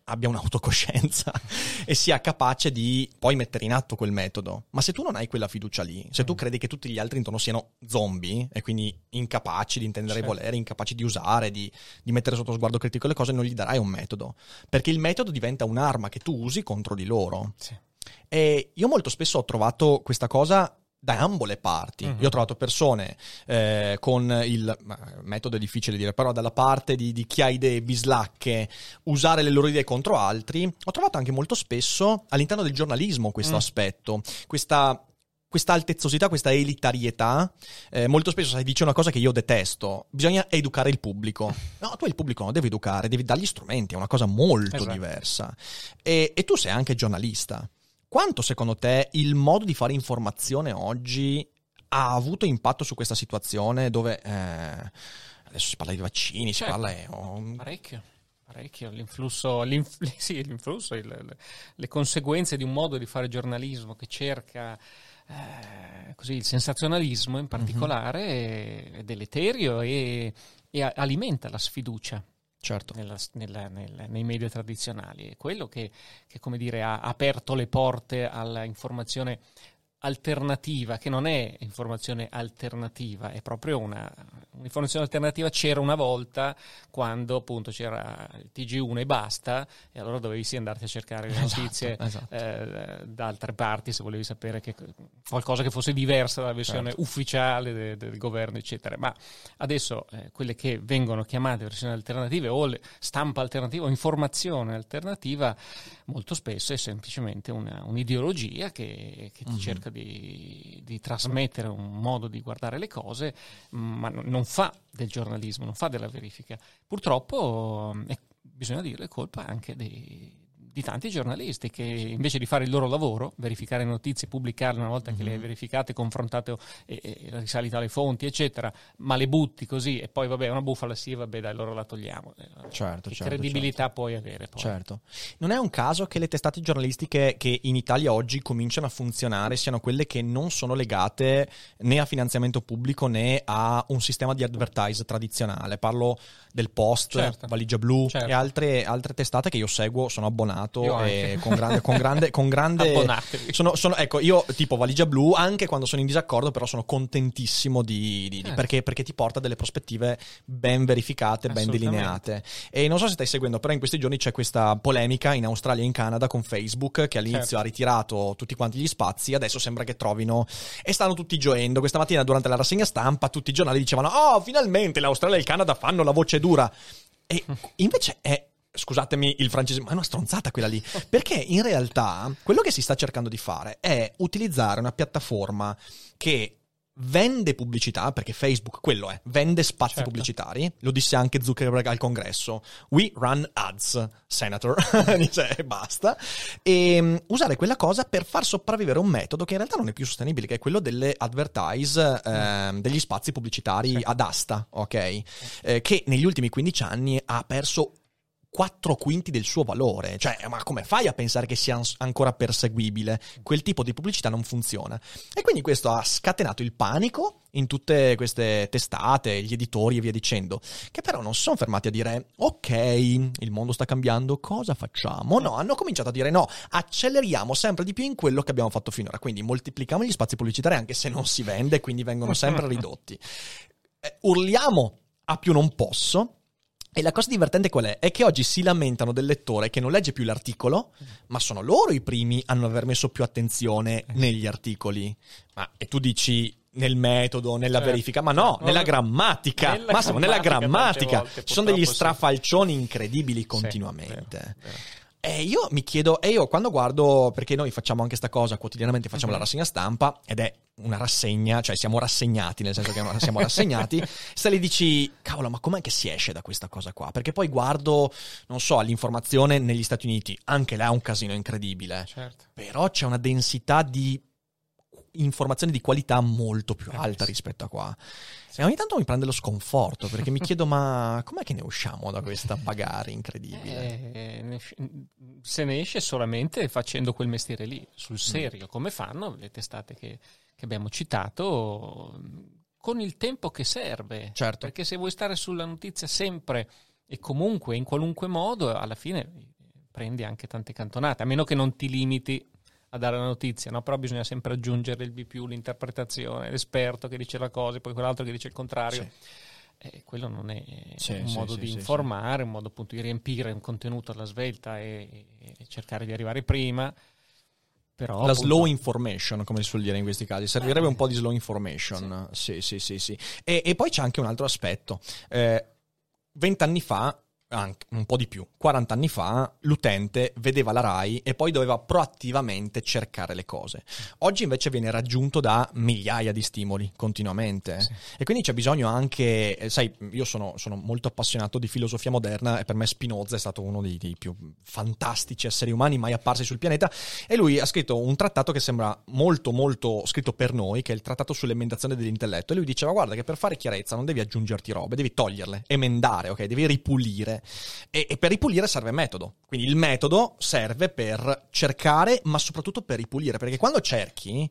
abbia un'autocoscienza e sia capace di poi mettere in atto quel metodo. Ma se tu non hai quella fiducia lì, se tu credi che tutti gli altri intorno siano zombie e quindi incapaci di intendere certo. e volere, incapaci di usare, di, di mettere sotto sguardo critico le cose, non gli darai un metodo, perché il metodo diventa un'arma che tu usi contro di loro. Sì. E io molto spesso ho trovato questa cosa da ambo le parti. Uh-huh. Io ho trovato persone eh, con il metodo è difficile dire, però dalla parte di, di chi ha idee bislacche, usare le loro idee contro altri. Ho trovato anche molto spesso all'interno del giornalismo questo uh-huh. aspetto, questa questa altezzosità, questa elitarietà. Eh, molto spesso sai, dice una cosa che io detesto: bisogna educare il pubblico. No, tu il pubblico non devi educare, devi dargli strumenti, è una cosa molto esatto. diversa. E, e tu sei anche giornalista. Quanto secondo te il modo di fare informazione oggi ha avuto impatto su questa situazione dove eh, adesso si parla di vaccini, certo. si parla... Eh, oh... Parecchio. Parecchio, l'influsso, l'inf- sì, l'influsso le, le, le conseguenze di un modo di fare giornalismo che cerca eh, così il sensazionalismo in particolare mm-hmm. è, è deleterio e, e alimenta la sfiducia. Certo. Nella, nella, nella, nei media tradizionali. È quello che, che come dire, ha aperto le porte alla informazione alternativa, che non è informazione alternativa, è proprio una un'informazione alternativa. C'era una volta quando appunto c'era il T G uno e basta, e allora dovevi sì andarti a cercare le notizie esatto, esatto. Eh, da altre parti se volevi sapere che qualcosa che fosse diversa dalla versione certo. ufficiale de, del governo eccetera. Ma adesso eh, quelle che vengono chiamate versioni alternative o le stampa alternativa o informazione alternativa molto spesso è semplicemente una, un'ideologia che, che ti mm-hmm. cerca Di, di trasmettere un modo di guardare le cose, ma non fa del giornalismo, non fa della verifica. Purtroppo eh, bisogna dirlo, è colpa anche dei, di tanti giornalisti che invece di fare il loro lavoro, verificare le notizie, pubblicarle una volta mm-hmm. che le hai verificate, confrontate e, e risalite alle fonti eccetera, ma le butti così e poi vabbè una bufala sì, vabbè dai, allora la togliamo. Certo, che certo, credibilità certo. puoi avere poi. Certo. Non è un caso che le testate giornalistiche che in Italia oggi cominciano a funzionare siano quelle che non sono legate né a finanziamento pubblico né a un sistema di advertise tradizionale. Parlo del Post, certo. Valigia Blu certo. e altre, altre testate che io seguo, sono abbonato e con grande con grande con grande sono, sono ecco io tipo Valigia Blu anche quando sono in disaccordo, però sono contentissimo di, di, di perché perché ti porta delle prospettive ben verificate, ben delineate. E non so se stai seguendo, però in questi giorni c'è questa polemica in Australia e in Canada con Facebook, che all'inizio certo. ha ritirato tutti quanti gli spazi, adesso sembra che trovino e stanno tutti gioendo. Questa mattina durante la rassegna stampa tutti i giornali dicevano oh finalmente l'Australia e il Canada fanno la voce dura, e invece è, scusatemi il francese, ma è una stronzata quella lì, perché in realtà quello che si sta cercando di fare è utilizzare una piattaforma che vende pubblicità, perché Facebook quello è, vende spazi certo. pubblicitari. Lo disse anche Zuckerberg al congresso: we run ads, senator. Dice basta. E um, usare quella cosa per far sopravvivere un metodo che in realtà non è più sostenibile, che è quello delle advertise, ehm, degli spazi pubblicitari sì. ad asta, ok? Eh, che negli ultimi quindici anni ha perso quattro quinti del suo valore. Cioè, ma come fai a pensare che sia ancora perseguibile? Quel tipo di pubblicità non funziona. E quindi questo ha scatenato il panico in tutte queste testate, gli editori e via dicendo, che però non si sono fermati a dire ok, il mondo sta cambiando, cosa facciamo? No, hanno cominciato a dire no, acceleriamo sempre di più in quello che abbiamo fatto finora, quindi moltiplichiamo gli spazi pubblicitari anche se non si vende, quindi vengono sempre ridotti. Eh, urliamo a più non posso. E la cosa divertente qual è? È che oggi si lamentano del lettore che non legge più l'articolo, ma sono loro i primi a non aver messo più attenzione negli articoli. Ma e tu dici nel metodo, nella certo. verifica, ma no, nella grammatica. Nella ma siamo nella grammatica. Volte, ci sono degli strafalcioni sì. incredibili continuamente. Sì, vero, vero. E io mi chiedo, e io quando guardo, perché noi facciamo anche sta cosa quotidianamente, facciamo mm-hmm. la rassegna stampa, ed è una rassegna, cioè siamo rassegnati, nel senso che siamo rassegnati, se le dici, cavolo, ma com'è che si esce da questa cosa qua? Perché poi guardo, non so, l'informazione negli Stati Uniti, anche là è un casino incredibile, certo. però c'è una densità di informazioni di qualità molto più alta rispetto a qua. E ogni tanto mi prende lo sconforto, perché mi chiedo, ma com'è che ne usciamo da questa bagarre incredibile? Eh, se ne esce solamente facendo quel mestiere lì, sul serio, mm. come fanno le testate che, che abbiamo citato, con il tempo che serve. Certo. Perché se vuoi stare sulla notizia sempre e comunque, in qualunque modo, alla fine prendi anche tante cantonate, a meno che non ti limiti a dare la notizia, no? Però bisogna sempre aggiungere il B più, l'interpretazione, l'esperto che dice la cosa, poi quell'altro che dice il contrario. Sì. Eh, quello non è sì, un sì, modo sì, di sì, informare, sì. un modo appunto di riempire un contenuto alla svelta e, e cercare di arrivare prima. Però, la appunto, slow information, come si suol dire in questi casi, servirebbe eh, un po' di slow information. Sì, sì, sì, sì. sì. E, e poi c'è anche un altro aspetto. Vent'anni fa, anche un po' di più, quaranta anni fa, l'utente vedeva la Rai e poi doveva proattivamente cercare le cose. Oggi invece viene raggiunto da migliaia di stimoli continuamente. Sì. E quindi c'è bisogno anche, eh, sai, io sono, sono molto appassionato di filosofia moderna e per me Spinoza è stato uno dei, dei più fantastici esseri umani mai apparsi sul pianeta, e lui ha scritto un trattato che sembra molto molto scritto per noi, che è il trattato sull'emendazione dell'intelletto, e lui diceva: guarda che per fare chiarezza non devi aggiungerti robe, devi toglierle, emendare, ok? Devi ripulire. E, e per ripulire serve metodo. Quindi il metodo serve per cercare, ma soprattutto per ripulire, perché quando cerchi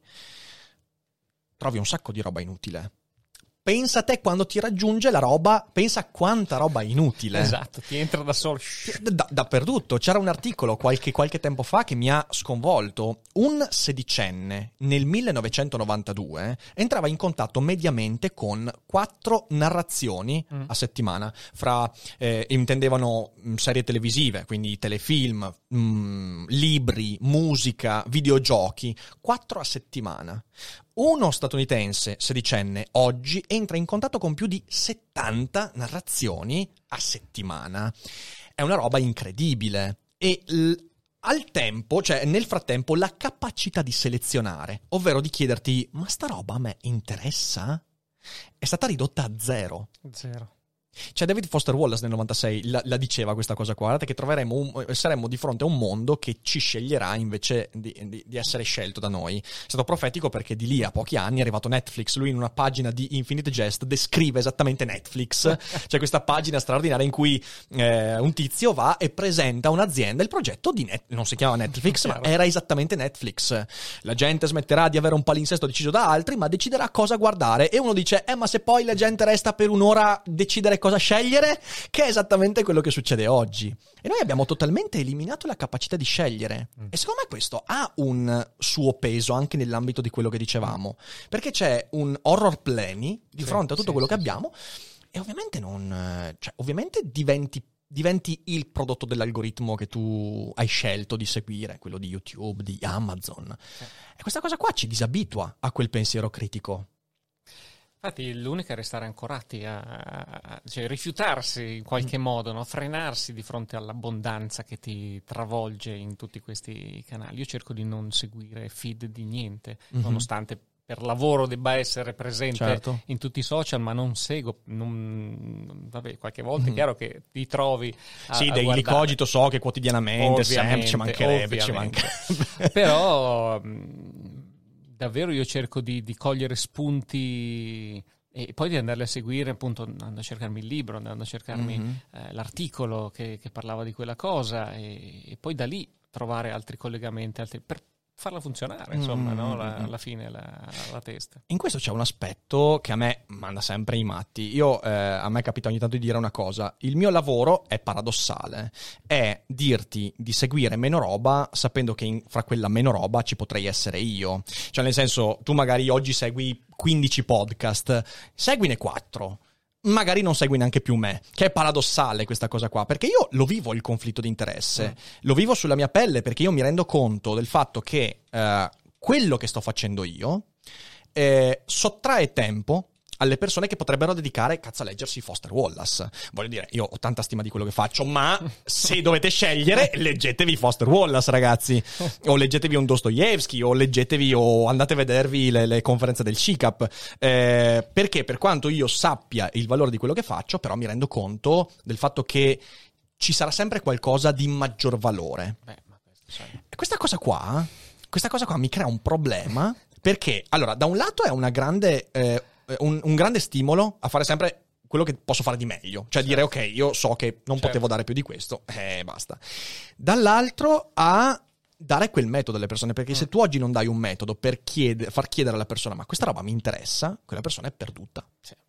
trovi un sacco di roba inutile. Pensa a te quando ti raggiunge la roba, pensa a quanta roba inutile. Esatto, ti entra da solo. Da, dappertutto. C'era un articolo qualche, qualche tempo fa che mi ha sconvolto. Un sedicenne nel millenovecentonovantadue entrava in contatto mediamente con quattro narrazioni mm. a settimana. Fra, eh, intendevano serie televisive, quindi telefilm, mh, libri, musica, videogiochi. Quattro a settimana. Uno statunitense sedicenne oggi entra in contatto con più di settanta narrazioni a settimana. È una roba incredibile. E l- al tempo, cioè nel frattempo, la capacità di selezionare, ovvero di chiederti: ma sta roba a me interessa? È stata ridotta a zero. Zero. Cioè David Foster Wallace nel novantasei la, la diceva questa cosa qua, guardate che troveremo un, saremmo di fronte a un mondo che ci sceglierà invece di, di, di essere scelto da noi. È stato profetico perché di lì a pochi anni è arrivato Netflix. Lui in una pagina di Infinite Jest descrive esattamente Netflix. C'è questa pagina straordinaria in cui eh, un tizio va e presenta un'azienda, il progetto di Net, non si chiama Netflix ma era esattamente Netflix. La gente smetterà di avere un palinsesto deciso da altri, ma deciderà cosa guardare, e uno dice: eh ma se poi la gente resta per un'ora a decidere cosa scegliere, che è esattamente quello che succede oggi. E noi abbiamo totalmente eliminato la capacità di scegliere. Mm. E secondo me questo ha un suo peso anche nell'ambito di quello che dicevamo, perché c'è un horror plenty di sì, fronte a tutto sì, quello sì, che sì. abbiamo, e ovviamente non, cioè ovviamente diventi diventi il prodotto dell'algoritmo che tu hai scelto di seguire, quello di YouTube, di Amazon. Sì. E questa cosa qua ci disabitua a quel pensiero critico. Infatti l'unica è restare ancorati, a, a cioè rifiutarsi in qualche mm. modo, no? Frenarsi di fronte all'abbondanza che ti travolge in tutti questi canali. Io cerco di non seguire feed di niente, mm-hmm. nonostante per lavoro debba essere presente certo. in tutti i social, ma non seguo, non, vabbè, qualche volta mm-hmm. è chiaro che ti trovi a Sì, dei Licogito so che quotidianamente, sempre, ci mancherebbe, ci mancherebbe. Però... davvero io cerco di, di cogliere spunti e poi di andarli a seguire, appunto andando a cercarmi il libro, andando a cercarmi mm-hmm. eh, l'articolo che, che parlava di quella cosa, e, e poi da lì trovare altri collegamenti, altri, per farla funzionare, insomma, mm-hmm. no? la, alla fine la, la testa. In questo c'è un aspetto che a me manda sempre i matti. Io eh, a me capita ogni tanto di dire una cosa: il mio lavoro è paradossale, è dirti di seguire meno roba sapendo che in, fra quella meno roba ci potrei essere io. Cioè nel senso, tu magari oggi segui quindici podcast, seguine quattro, magari non segui neanche più me, che è paradossale questa cosa qua, perché io lo vivo il conflitto di interesse, mm. lo vivo sulla mia pelle, perché io mi rendo conto del fatto che eh, quello che sto facendo io eh, sottrae tempo alle persone che potrebbero dedicare, cazzo, a leggersi Foster Wallace. Voglio dire, io ho tanta stima di quello che faccio, ma se dovete scegliere, leggetevi Foster Wallace, ragazzi, o leggetevi un Dostoevsky, o leggetevi, o andate a vedervi le, le conferenze del C I C A P, eh, perché per quanto io sappia il valore di quello che faccio, però mi rendo conto del fatto che ci sarà sempre qualcosa di maggior valore. Beh, ma questo, sai. E questa cosa qua, questa cosa qua mi crea un problema, perché, allora, da un lato è una grande... Eh, Un, un grande stimolo a fare sempre quello che posso fare di meglio, cioè certo. dire ok, io so che non certo. potevo dare più di questo, e eh, basta. Dall'altro a dare quel metodo alle persone, perché mm. se tu oggi non dai un metodo per chied- far chiedere alla persona ma questa roba mi interessa, quella persona è perduta. Sì.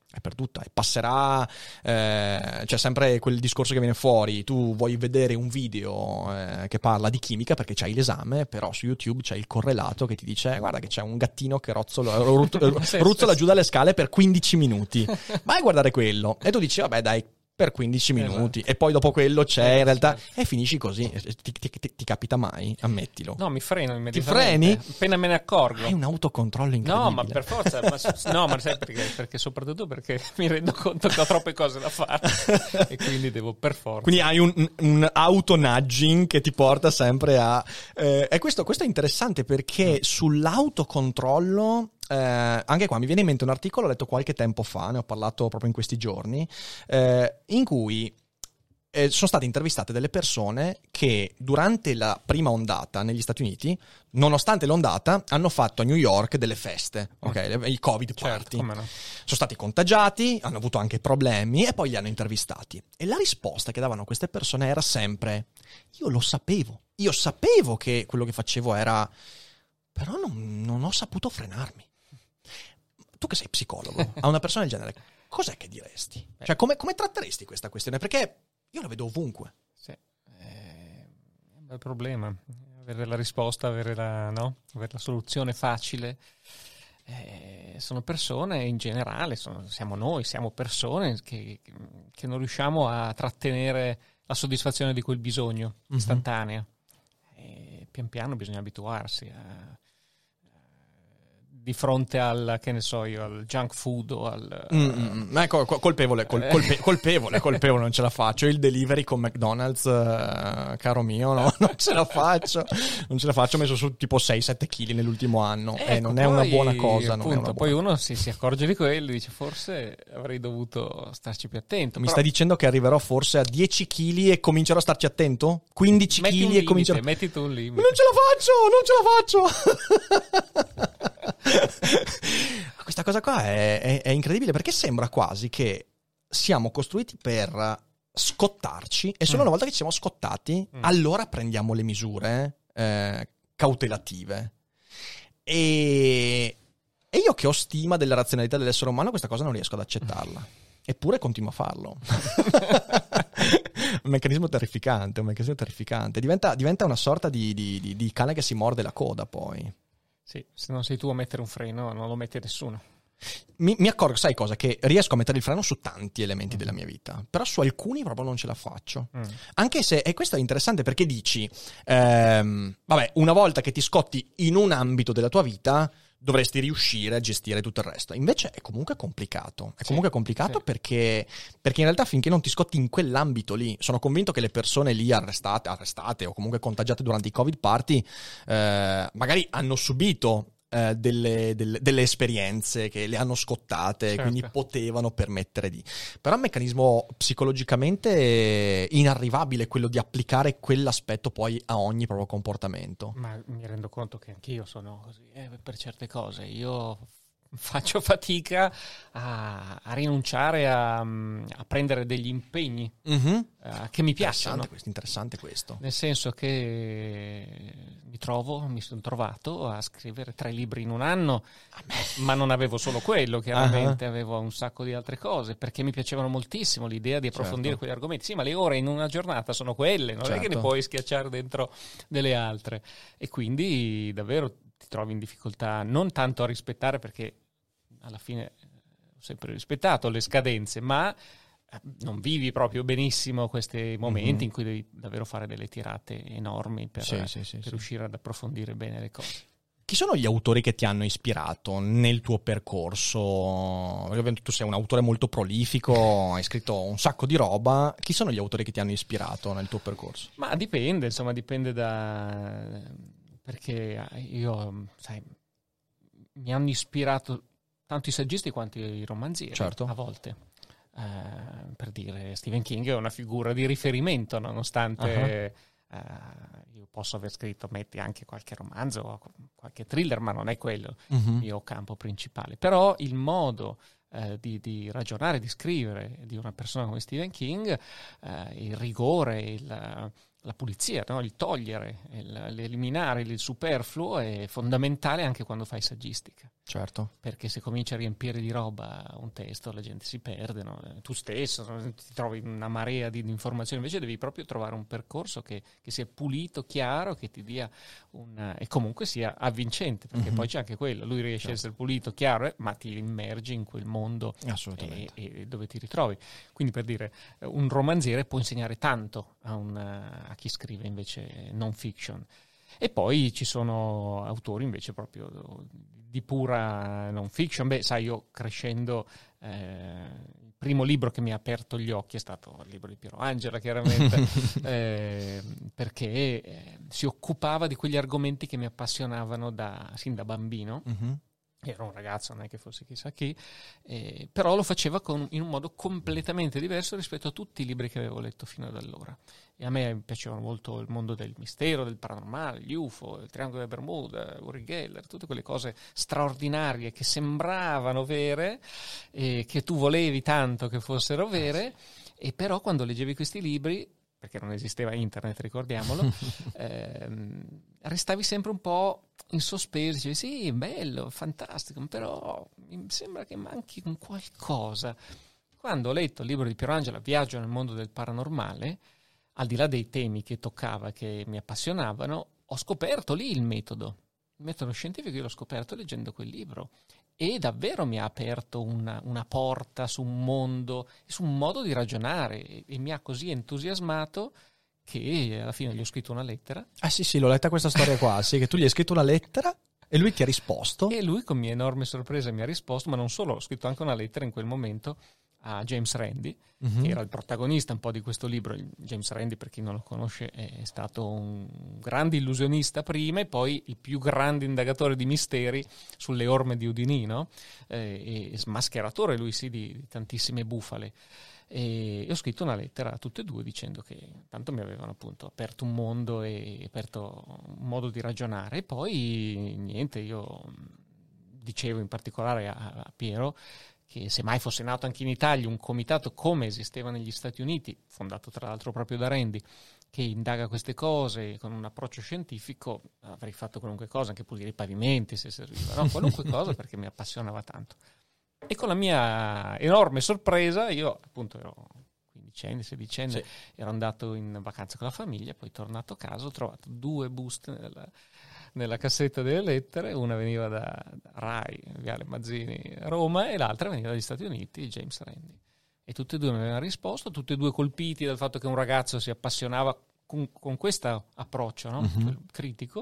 è perduta e passerà, eh, c'è sempre quel discorso che viene fuori, tu vuoi vedere un video eh, che parla di chimica perché c'hai l'esame, però su YouTube c'è il correlato che ti dice guarda che c'è un gattino che rozzola, ruzzola giù dalle scale per quindici minuti, vai a guardare quello e tu dici vabbè dai, per quindici minuti, esatto. E poi dopo quello c'è in realtà e finisci così. Ti, ti, ti, ti capita mai? Ammettilo. No, mi freno immediatamente. Ti freni? Appena me ne accorgo. Hai un autocontrollo incredibile. No, ma per forza. ma, no, ma sai perché? Perché soprattutto perché mi rendo conto che ho troppe cose da fare e quindi devo per forza. Quindi hai un, un auto-nudging che ti porta sempre a... Eh, e questo, questo è interessante perché mm. sull'autocontrollo... Eh, anche qua mi viene in mente un articolo, ho letto qualche tempo fa, ne ho parlato proprio in questi giorni, eh, in cui eh, sono state intervistate delle persone che durante la prima ondata negli Stati Uniti, nonostante l'ondata, hanno fatto a New York delle feste, ok, i Covid party. Certo, come no. Sono stati contagiati, hanno avuto anche problemi e poi li hanno intervistati. E la risposta che davano queste persone era sempre: io lo sapevo, io sapevo che quello che facevo era... però non, non ho saputo frenarmi. Tu che sei psicologo, a una persona del genere, cos'è che diresti? Cioè, come, come tratteresti questa questione? Perché io la vedo ovunque. Sì, è un bel problema. Avere la risposta, avere la, no? Avere la soluzione facile. Eh, sono persone in generale, sono, siamo noi, siamo persone che, che non riusciamo a trattenere la soddisfazione di quel bisogno istantanea. Mm-hmm. E pian piano bisogna abituarsi a... di fronte al, che ne so io, al junk food o al... Mm, uh, ecco, colpevole, col, colpe, colpevole, colpevole, non ce la faccio. Il delivery con McDonald's, uh, caro mio, no, non ce la faccio. Non ce la faccio, ho messo su tipo sei sette chili nell'ultimo anno ecco, e non è una buona cosa. Appunto, non è una buona... Poi uno si, si accorge di quello e dice forse avrei dovuto starci più attento. Mi però... stai dicendo che arriverò forse a dieci chili e comincerò a starci attento? quindici chili e comincerò... Metti tu un limite. Non ce la faccio, non ce la faccio! Questa cosa qua è, è, è incredibile perché sembra quasi che siamo costruiti per scottarci e solo mm. una volta che ci siamo scottati mm. allora prendiamo le misure eh, cautelative e, e io che ho stima della razionalità dell'essere umano questa cosa non riesco ad accettarla eppure continuo a farlo. Un meccanismo terrificante un meccanismo terrificante diventa, diventa una sorta di, di, di, di cane che si morde la coda poi. Sì, se non sei tu a mettere un freno, non lo mette nessuno. Mi, mi accorgo, sai cosa? Che riesco a mettere il freno su tanti elementi mm. della mia vita, però su alcuni proprio non ce la faccio. Mm. Anche se, e questo è interessante perché dici, ehm, vabbè, una volta che ti scotti in un ambito della tua vita, dovresti riuscire a gestire tutto il resto. Invece è comunque complicato. È comunque sì, complicato sì. perché, perché in realtà finché non ti scotti in quell'ambito lì, sono convinto che le persone lì arrestate, arrestate o comunque contagiate durante i Covid party, eh, magari hanno subito eh, delle, delle, delle esperienze che le hanno scottate, certo. Quindi potevano permettere di... Però è un meccanismo psicologicamente inarrivabile quello di applicare quell'aspetto poi a ogni proprio comportamento. Ma mi rendo conto che anch'io sono così, eh, per certe cose. Io faccio fatica a, a rinunciare a, a prendere degli impegni mm-hmm. uh, che mi piacciono. Interessante questo, interessante questo. Nel senso che mi trovo, mi sono trovato a scrivere tre libri in un anno, ma non avevo solo quello, chiaramente, uh-huh. avevo un sacco di altre cose, perché mi piacevano moltissimo l'idea di approfondire certo. quegli argomenti. Sì, ma le ore in una giornata sono quelle, non certo. è che ne puoi schiacciare dentro delle altre. E quindi davvero ti trovi in difficoltà non tanto a rispettare, perché alla fine ho sempre rispettato le scadenze, ma non vivi proprio benissimo questi momenti mm-hmm. in cui devi davvero fare delle tirate enormi per, sì, sì, sì, per sì. riuscire ad approfondire bene le cose. Chi sono gli autori che ti hanno ispirato nel tuo percorso? Ovviamente tu sei un autore molto prolifico, hai scritto un sacco di roba. Chi sono gli autori che ti hanno ispirato nel tuo percorso? Ma dipende, insomma, dipende da... perché io, sai, mi hanno ispirato tanto i saggisti quanto i romanzieri, certo. a volte. Uh, per dire, Stephen King è una figura di riferimento, nonostante uh-huh. uh, io posso aver scritto, metti anche qualche romanzo o qualche thriller, ma non è quello uh-huh. il mio campo principale. Però il modo uh, di, di ragionare, di scrivere di una persona come Stephen King, uh, il rigore, il, la pulizia, no? Il togliere, il, l'eliminare il superfluo è fondamentale anche quando fai saggistica. Certo. Perché se cominci a riempire di roba un testo, la gente si perde, no? Tu stesso ti trovi una marea di, di informazioni, invece devi proprio trovare un percorso che, che sia pulito, chiaro, che ti dia un... e comunque sia avvincente, perché mm-hmm. poi c'è anche quello, lui riesce certo. a essere pulito, chiaro, eh, ma ti immergi in quel mondo e, e dove ti ritrovi. Quindi, per dire, un romanziere può insegnare tanto a, un, a chi scrive invece non fiction. E poi ci sono autori invece proprio di pura non fiction. Beh, sai, io crescendo, eh, il primo libro che mi ha aperto gli occhi è stato il libro di Piero Angela, chiaramente, eh, perché eh, si occupava di quegli argomenti che mi appassionavano da, sin da bambino. Mm-hmm. Era un ragazzo, non è che fosse chissà chi, eh, però lo faceva con, in un modo completamente diverso rispetto a tutti i libri che avevo letto fino ad allora. E a me piaceva molto il mondo del mistero, del paranormale, gli U F O, il Triangolo delle Bermuda, Uri Geller, tutte quelle cose straordinarie che sembravano vere, e che tu volevi tanto che fossero vere, e però quando leggevi questi libri, perché non esisteva internet, ricordiamolo, ehm, restavi sempre un po' in sospeso, dicevi sì, bello, fantastico, però mi sembra che manchi un qualcosa. Quando ho letto il libro di Piero Angela, Viaggio nel mondo del paranormale, al di là dei temi che toccava, che mi appassionavano, ho scoperto lì il metodo. Il metodo scientifico io l'ho scoperto leggendo quel libro. E davvero mi ha aperto una, una porta su un mondo, su un modo di ragionare, e, e mi ha così entusiasmato che alla fine gli ho scritto una lettera. Ah sì sì, l'ho letta questa storia qua, sì, che tu gli hai scritto una lettera e lui ti ha risposto. E lui con mia enorme sorpresa mi ha risposto, ma non solo, ho scritto anche una lettera in quel momento a James Randi, mm-hmm. che era il protagonista un po' di questo libro. James Randi, per chi non lo conosce, è stato un grande illusionista prima e poi il più grande indagatore di misteri sulle orme di Houdini, no? Eh, e smascheratore lui sì di, di tantissime bufale. E ho scritto una lettera a tutte e due dicendo che tanto mi avevano appunto aperto un mondo e aperto un modo di ragionare. E poi niente, io dicevo in particolare a, a Piero che se mai fosse nato anche in Italia un comitato come esisteva negli Stati Uniti, fondato tra l'altro proprio da Randi, che indaga queste cose con un approccio scientifico, avrei fatto qualunque cosa, anche pulire i pavimenti se serviva, no? Qualunque cosa, perché mi appassionava tanto. E con la mia enorme sorpresa, io appunto ero quindicenne, sedicenne, sì. ero andato in vacanza con la famiglia, poi tornato a casa, ho trovato due buste nella, nella cassetta delle lettere, una veniva da, da Rai, Viale Mazzini, Roma, e l'altra veniva dagli Stati Uniti, James Randi. E tutte e due mi avevano risposto, tutte e due colpiti dal fatto che un ragazzo si appassionava con, con questo approccio, no? Mm-hmm. critico.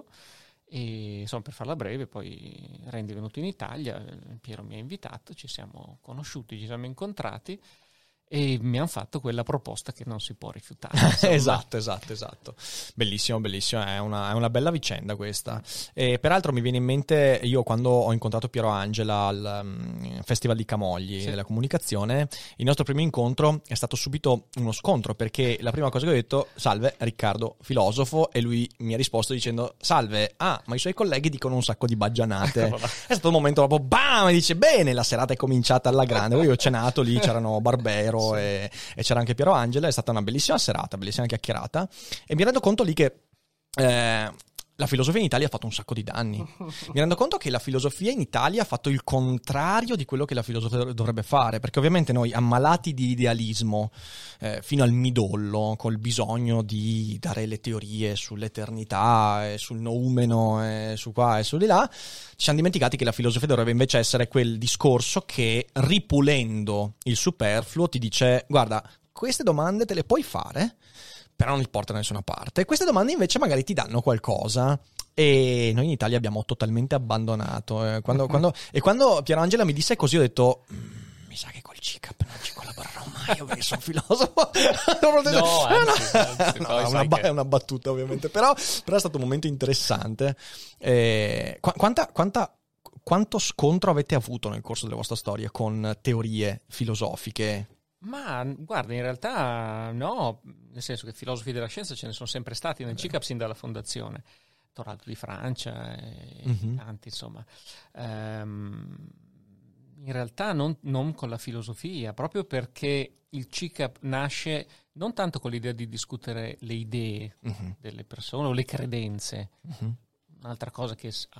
E insomma, per farla breve, poi Randi è venuto in Italia, Piero mi ha invitato, ci siamo conosciuti, ci siamo incontrati e mi hanno fatto quella proposta che non si può rifiutare. esatto, esatto, esatto. Bellissimo, bellissimo, è una, è una bella vicenda questa. E peraltro mi viene in mente, io quando ho incontrato Piero Angela al um, Festival di Camogli sì. della comunicazione, il nostro primo incontro è stato subito uno scontro, perché la prima cosa che ho detto, salve Riccardo, filosofo, e lui mi ha risposto dicendo, salve, ah, ma i suoi colleghi dicono un sacco di baggianate. È stato un momento proprio, bam, e dice, bene, la serata è cominciata alla grande. Poi io ho cenato lì, c'erano Barbero, Sì. E, e c'era anche Piero Angela, è stata una bellissima serata, bellissima chiacchierata, e mi rendo conto lì che eh, la filosofia in Italia ha fatto un sacco di danni. Mi rendo conto che la filosofia in Italia ha fatto il contrario di quello che la filosofia dovrebbe fare, perché ovviamente noi ammalati di idealismo eh, fino al midollo, col bisogno di dare le teorie sull'eternità e sul noumeno e su qua e su di là, ci siamo dimenticati che la filosofia dovrebbe invece essere quel discorso che, ripulendo il superfluo, ti dice, guarda, queste domande te le puoi fare, però non ti porta da nessuna parte. Queste domande invece magari ti danno qualcosa. E noi in Italia abbiamo totalmente abbandonato. Eh, quando, quando, e quando Piero Angela mi disse così, ho detto, mm, mi sa che col C I C A P non ci collaborerò mai, io perché sono filosofo. no, anzi, anzi, no, è, una, che... è una battuta ovviamente, però, però è stato un momento interessante. Eh, qu- quanta, quanta, quanto scontro avete avuto nel corso della vostra storia con teorie filosofiche? Ma guarda, in realtà no, nel senso che filosofi della scienza ce ne sono sempre stati nel C I C A P sin dalla fondazione, Toraldo di Francia e mm-hmm. tanti, insomma. Um, in realtà non, non con la filosofia, proprio perché il C I C A P nasce non tanto con l'idea di discutere le idee mm-hmm. delle persone o le credenze, mm-hmm. un'altra cosa che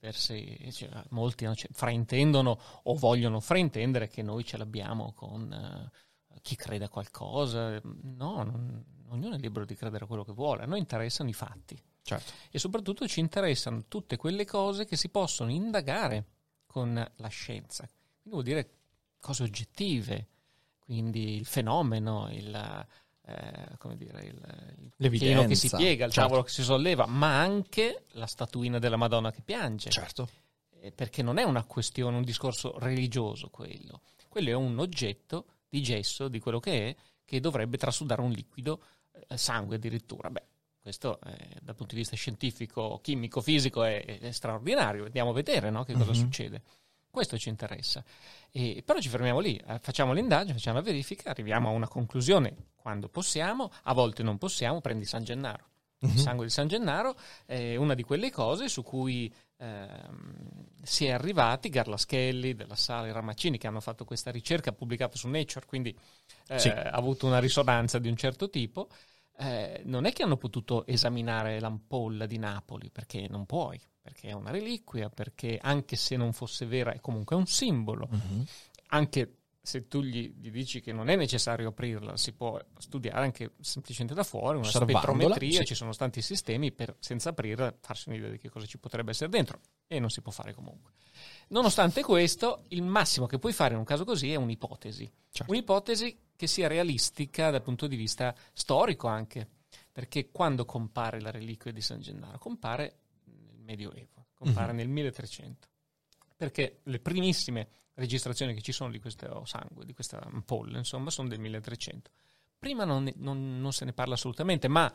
per sé, cioè, molti no, cioè, fraintendono o vogliono fraintendere che noi ce l'abbiamo con uh, chi crede a qualcosa. No, non, ognuno è libero di credere a quello che vuole. A noi interessano i fatti. Certo. E soprattutto ci interessano tutte quelle cose che si possono indagare con la scienza. Quindi vuol dire cose oggettive, quindi il fenomeno, il, eh, come dire, il, il pieno che si piega, il certo. tavolo che si solleva, ma anche la statuina della Madonna che piange. Certo. Eh, perché non è una questione, un discorso religioso quello. Quello è un oggetto di gesso, di quello che è, che dovrebbe trasudare un liquido, eh, sangue addirittura. Beh, questo eh, dal punto di vista scientifico, chimico, fisico è, è straordinario. Andiamo a vedere, no, che cosa mm-hmm. succede. Questo ci interessa. E, però ci fermiamo lì, eh, facciamo l'indagine, facciamo la verifica, arriviamo a una conclusione quando possiamo, a volte non possiamo. Prendi San Gennaro. Mm-hmm. Il sangue di San Gennaro è una di quelle cose su cui ehm, si è arrivati, Garlaschelli, Della Sala e Ramaccini, che hanno fatto questa ricerca, pubblicata su Nature, quindi eh, sì. ha avuto una risonanza di un certo tipo. Eh, non è che hanno potuto esaminare l'ampolla di Napoli, perché non puoi, perché è una reliquia, perché anche se non fosse vera è comunque un simbolo. Mm-hmm. Anche se tu gli, gli dici che non è necessario aprirla, si può studiare anche semplicemente da fuori, una spettrometria, sì. Ci sono tanti sistemi per, senza aprirla, farsi un'idea di che cosa ci potrebbe essere dentro, e non si può fare comunque. Nonostante questo, il massimo che puoi fare in un caso così è un'ipotesi. Certo. Un'ipotesi che sia realistica dal punto di vista storico anche, perché quando compare la reliquia di San Gennaro? Compare nel Medioevo, compare mm-hmm. nel milletrecento, perché le primissime registrazioni che ci sono di questo sangue, di questa ampolla, insomma, sono del milletrecento. Prima non, non, non se ne parla assolutamente, ma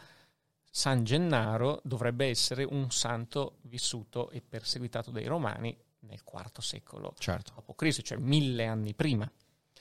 San Gennaro dovrebbe essere un santo vissuto e perseguitato dai Romani nel quarto secolo certo. dopo Cristo, cioè mille anni prima.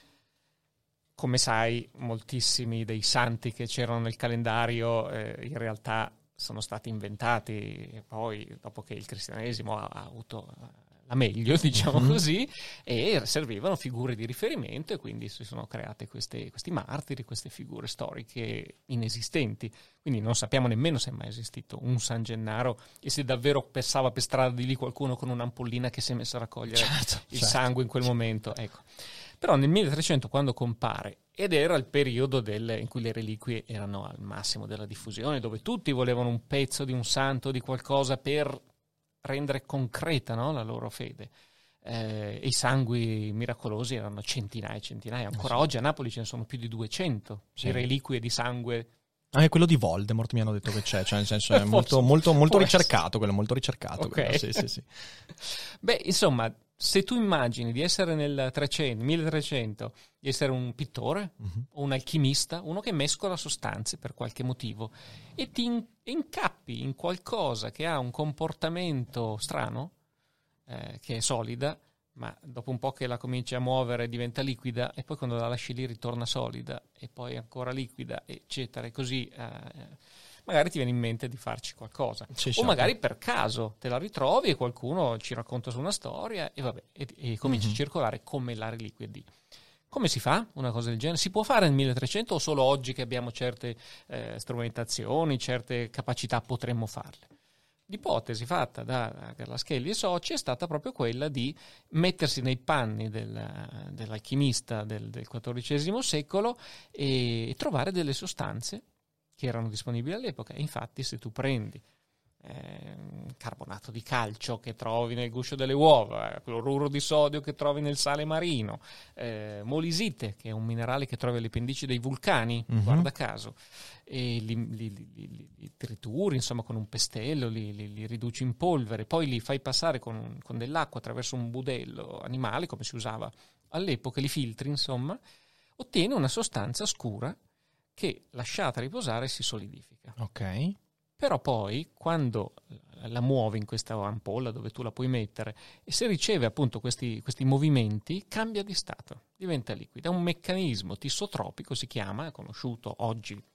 Come sai, moltissimi dei santi che c'erano nel calendario eh, in realtà sono stati inventati poi dopo che il cristianesimo ha, ha avuto la meglio, diciamo mm-hmm. così, e servivano figure di riferimento, e quindi si sono create queste, questi martiri, queste figure storiche inesistenti. Quindi non sappiamo nemmeno se è mai esistito un San Gennaro e se davvero passava per strada di lì qualcuno con un'ampollina che si è messo a raccogliere certo, il certo. sangue in quel momento. Ecco. Però nel milletrecento, quando compare, ed era il periodo del, in cui le reliquie erano al massimo della diffusione, dove tutti volevano un pezzo di un santo, di qualcosa per rendere concreta, no, la loro fede. Eh, I sangui miracolosi erano centinaia e centinaia. Ancora sì. oggi a Napoli ce ne sono più di duecento sì. di reliquie di sangue. Anche quello di Voldemort mi hanno detto che c'è, cioè nel senso è molto, molto, molto ricercato, quello molto ricercato. Okay. Quello, sì, sì, sì. Beh, insomma, se tu immagini di essere nel trecento, milletrecento, di essere un pittore uh-huh. o un alchimista, uno che mescola sostanze per qualche motivo, e ti in- incappi in qualcosa che ha un comportamento strano, eh, che è solida, ma dopo un po' che la cominci a muovere diventa liquida, e poi quando la lasci lì ritorna solida, e poi ancora liquida, eccetera, e così eh, magari ti viene in mente di farci qualcosa. Sì, o certo. magari per caso te la ritrovi e qualcuno ci racconta su una storia e vabbè, e, e comincia mm-hmm. a circolare come la reliquia di. Come si fa una cosa del genere? Si può fare nel milletrecento o solo oggi che abbiamo certe eh, strumentazioni, certe capacità potremmo farle? L'ipotesi fatta da Garlaschelli e soci è stata proprio quella di mettersi nei panni del, dell'alchimista del, del quattordicesimo secolo e trovare delle sostanze che erano disponibili all'epoca. E infatti se tu prendi eh, carbonato di calcio che trovi nel guscio delle uova, cloruro di sodio che trovi nel sale marino, eh, molisite, che è un minerale che trovi alle pendici dei vulcani, mm-hmm. guarda caso, e li, li, li, li, li trituri insomma con un pestello, li, li, li riduci in polvere, poi li fai passare con, con dell'acqua attraverso un budello animale, come si usava all'epoca, li filtri insomma, ottieni una sostanza scura che lasciata riposare si solidifica. Ok. Però poi, quando la muovi in questa ampolla dove tu la puoi mettere, e se riceve appunto questi, questi movimenti, cambia di stato, diventa liquida. È un meccanismo tisotropico, si chiama, è conosciuto oggi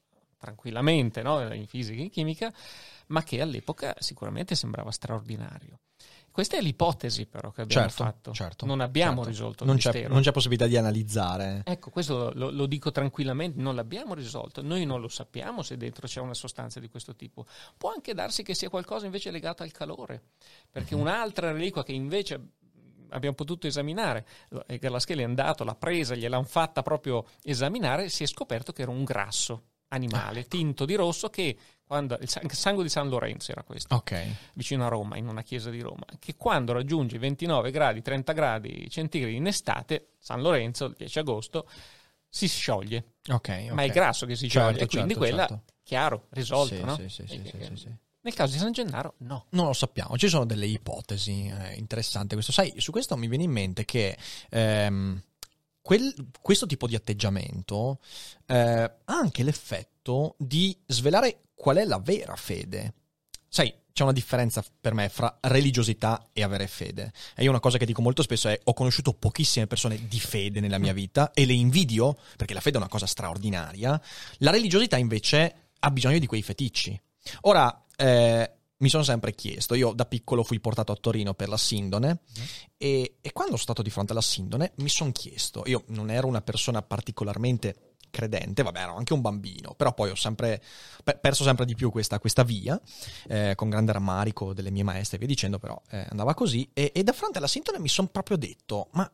tranquillamente, no? In fisica e in chimica, ma che all'epoca sicuramente sembrava straordinario. Questa è l'ipotesi però che abbiamo certo, fatto, certo, non abbiamo certo. risolto il non mistero. C'è, non c'è possibilità di analizzare. Ecco, questo lo, lo dico tranquillamente, non l'abbiamo risolto, noi non lo sappiamo se dentro c'è una sostanza di questo tipo. Può anche darsi che sia qualcosa invece legato al calore, perché mm-hmm. un'altra reliquia che invece abbiamo potuto esaminare, Edgar Lascelles è andato, l'ha presa, gliel'hanno fatta proprio esaminare, si è scoperto che era un grasso animale tinto di rosso che quando il sangue di San Lorenzo era questo, okay. vicino a Roma, in una chiesa di Roma, che quando raggiunge ventinove gradi, trenta gradi centigradi in estate, San Lorenzo, il dieci agosto, si scioglie. Okay, okay. Ma è grasso che si scioglie, certo, quindi certo, quella, certo. chiaro, risolto, sì, no? Sì, sì, sì, sì, sì, sì. Nel caso di San Gennaro, no. Non lo sappiamo, ci sono delle ipotesi, eh, interessante questo. Sai, su questo mi viene in mente che ehm, quel, questo tipo di atteggiamento eh, ha anche l'effetto di svelare qual è la vera fede. Sai, c'è una differenza per me fra religiosità e avere fede. E io una cosa che dico molto spesso è: ho conosciuto pochissime persone di fede nella mia vita e le invidio, perché la fede è una cosa straordinaria. La religiosità invece ha bisogno di quei feticci. Ora, eh, mi sono sempre chiesto, io da piccolo fui portato a Torino per la Sindone mm. e, e quando sono stato di fronte alla Sindone mi sono chiesto, io non ero una persona particolarmente credente, vabbè ero anche un bambino, però poi ho sempre per, perso sempre di più questa, questa via, eh, con grande rammarico delle mie maestre e via dicendo, però eh, andava così e, e da fronte alla Sindone mi sono proprio detto, ma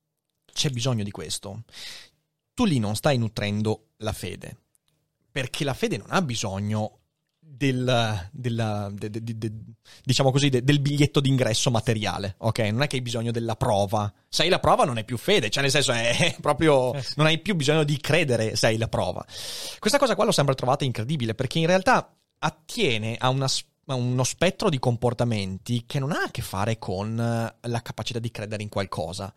c'è bisogno di questo? Tu lì non stai nutrendo la fede, perché la fede non ha bisogno Del, della, de, de, de, de, diciamo così de, del biglietto d'ingresso materiale, ok? Non è che hai bisogno della prova. Se hai la prova non è più fede, cioè nel senso è proprio eh sì. Non hai più bisogno di credere se hai la prova. Questa cosa qua l'ho sempre trovata incredibile, perché in realtà attiene a, una, a uno spettro di comportamenti che non ha a che fare con la capacità di credere in qualcosa,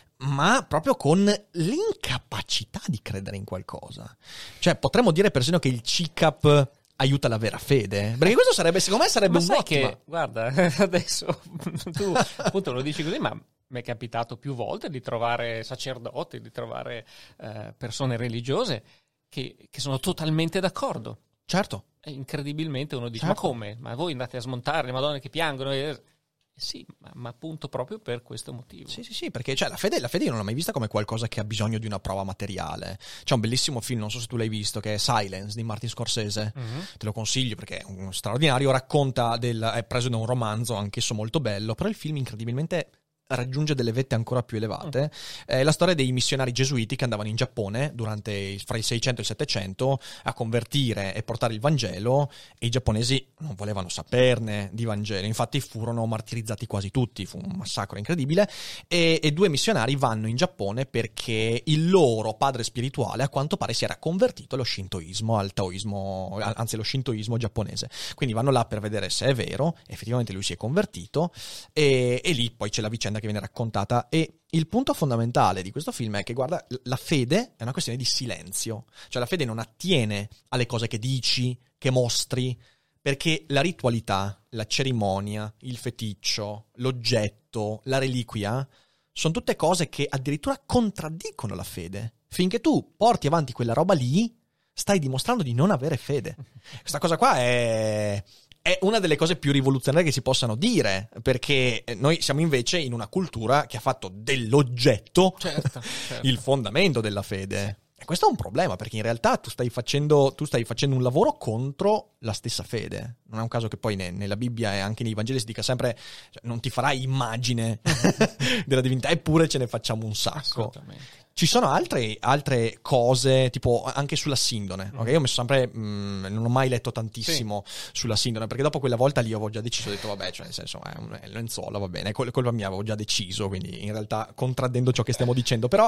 ma proprio con l'incapacità di credere in qualcosa. Cioè potremmo dire persino che il C I C A P aiuta la vera fede, perché questo sarebbe, secondo me sarebbe un un'ottima. Che, guarda, adesso tu appunto lo dici così, ma mi è capitato più volte di trovare sacerdoti, di trovare eh, persone religiose che, che sono totalmente d'accordo. Certo. E incredibilmente uno dice, certo. ma come? Ma voi andate a smontare le madonne che piangono? E... Sì, ma, ma appunto proprio per questo motivo. Sì, sì, sì, perché cioè, la fede, la fede io non l'ho mai vista come qualcosa che ha bisogno di una prova materiale. C'è un bellissimo film, non so se tu l'hai visto, che è Silence di Martin Scorsese. Mm-hmm. Te lo consiglio perché è uno straordinario, racconta del, è preso da un romanzo, anch'esso molto bello, però il film incredibilmente raggiunge delle vette ancora più elevate. È la storia dei missionari gesuiti che andavano in Giappone durante fra il seicento e il settecento a convertire e portare il Vangelo, e i giapponesi non volevano saperne di Vangelo, infatti furono martirizzati quasi tutti, fu un massacro incredibile, e, e due missionari vanno in Giappone perché il loro padre spirituale a quanto pare si era convertito allo shintoismo, al taoismo, anzi allo shintoismo giapponese, quindi vanno là per vedere se è vero, effettivamente lui si è convertito, e, e lì poi c'è la vicenda che viene raccontata. E il punto fondamentale di questo film è che, guarda, la fede è una questione di silenzio, cioè la fede non attiene alle cose che dici, che mostri, perché la ritualità, la cerimonia, il feticcio, l'oggetto, la reliquia sono tutte cose che addirittura contraddicono la fede. Finché tu porti avanti quella roba lì, stai dimostrando di non avere fede. Questa cosa qua è È una delle cose più rivoluzionarie che si possano dire, perché noi siamo invece in una cultura che ha fatto dell'oggetto certo, certo. il fondamento della fede. E questo è un problema, perché in realtà tu stai facendo, tu stai facendo un lavoro contro la stessa fede. Non è un caso che poi ne, nella Bibbia e anche nei Vangeli si dica sempre, cioè, non ti farai immagine della divinità, eppure ce ne facciamo un sacco. Assolutamente. Ci sono altre, altre cose, tipo anche sulla Sindone, ok? Io ho messo sempre, mh, non ho mai letto tantissimo sì. sulla Sindone, perché dopo quella volta lì avevo già deciso, ho detto vabbè, cioè nel senso è un lenzuolo, va bene, è colpa mia, avevo già deciso, quindi in realtà contraddendo ciò che stiamo dicendo, però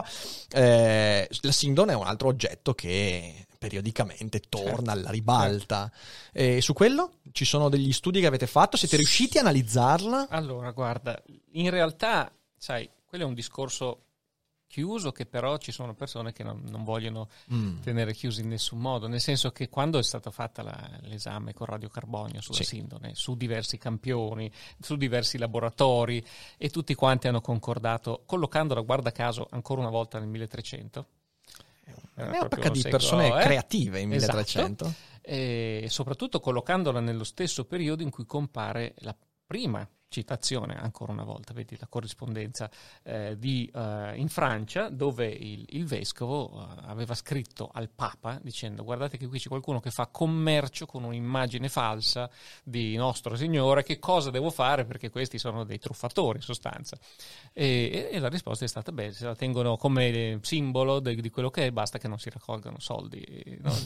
eh, la Sindone è un altro oggetto che periodicamente torna certo. alla ribalta. Certo. E su quello ci sono degli studi che avete fatto? Siete riusciti a analizzarla? Allora, guarda, in realtà, sai, quello è un discorso chiuso, che però ci sono persone che non, non vogliono mm. tenere chiusi in nessun modo, nel senso che quando è stata fatta la, l'esame con radiocarbonio sulla sì. Sindone, su diversi campioni, su diversi laboratori, e tutti quanti hanno concordato, collocandola guarda caso ancora una volta nel milletrecento, È un'epoca di persone secolo, eh? creative in Esatto. milletrecento. E soprattutto collocandola nello stesso periodo in cui compare la prima citazione, ancora una volta, vedi la corrispondenza eh, di, eh, in Francia, dove il, il vescovo eh, aveva scritto al Papa dicendo: guardate che qui c'è qualcuno che fa commercio con un'immagine falsa di Nostro Signore, che cosa devo fare perché questi sono dei truffatori in sostanza. E, e la risposta è stata: beh, se la tengono come simbolo de, di quello che è, basta che non si raccolgano soldi, no?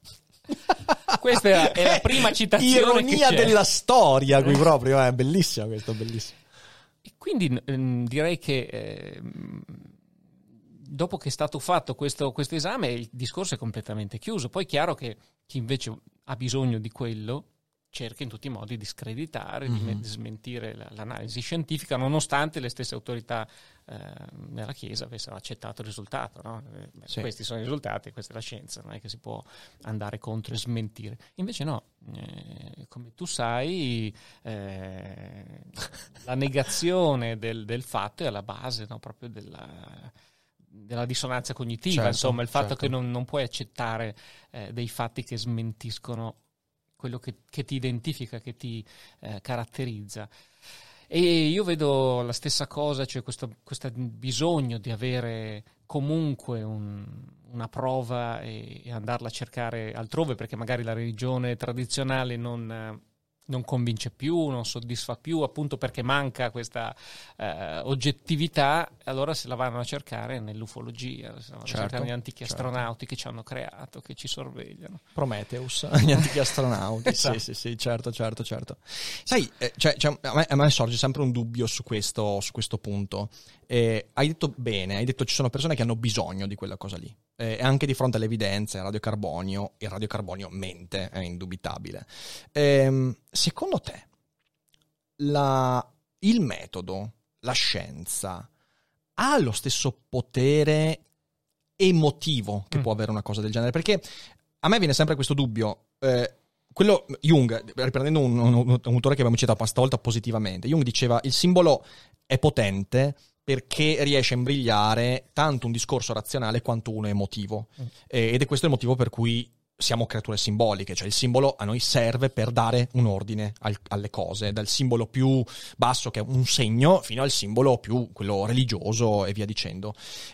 Questa è la prima citazione. Ironia che c'è. della storia qui proprio, è bellissimo questo, bellissimo. E quindi ehm, direi che eh, dopo che è stato fatto questo, questo esame il discorso è completamente chiuso. Poi è chiaro che chi invece ha bisogno di quello cerca in tutti i modi di screditare, mm-hmm. di smentire la, l'analisi scientifica, nonostante le stesse autorità eh, nella Chiesa avessero accettato il risultato, no? Eh, sì. Questi sono i risultati, questa è la scienza, non è che si può andare contro e smentire. Invece no, eh, come tu sai, eh, la negazione del, del fatto è alla base, no? Proprio della... della dissonanza cognitiva, certo, insomma, il fatto certo. che non, non puoi accettare eh, dei fatti che smentiscono quello che, che ti identifica, che ti eh, caratterizza. E io vedo la stessa cosa, cioè questo, questo bisogno di avere comunque un, una prova e, e andarla a cercare altrove, perché magari la religione tradizionale non... non convince più, non soddisfa più, appunto perché manca questa eh, oggettività. Allora se la vanno a cercare nell'ufologia, se la vanno certo, a cercare negli antichi certo. astronauti che ci hanno creato, che ci sorvegliano. Prometheus, gli antichi astronauti, esatto. sì, sì, sì, certo, certo, certo. Sai, eh, cioè, cioè, a, me, a me sorge sempre un dubbio su questo, su questo punto. Eh, hai detto bene, hai detto ci sono persone che hanno bisogno di quella cosa lì. E eh, anche di fronte alle evidenze, il radiocarbonio, il radiocarbonio mente, è indubitabile. Ehm, secondo te, la, il metodo, la scienza, ha lo stesso potere emotivo che mm. può avere una cosa del genere? Perché a me viene sempre questo dubbio. Eh, quello Jung, riprendendo un, un, un autore che abbiamo citato questa volta positivamente, Jung diceva il simbolo è potente perché riesce a imbrigliare tanto un discorso razionale quanto uno emotivo. Mm. Ed è questo il motivo per cui siamo creature simboliche, cioè il simbolo a noi serve per dare un ordine al, alle cose, dal simbolo più basso che è un segno fino al simbolo più quello religioso e via dicendo.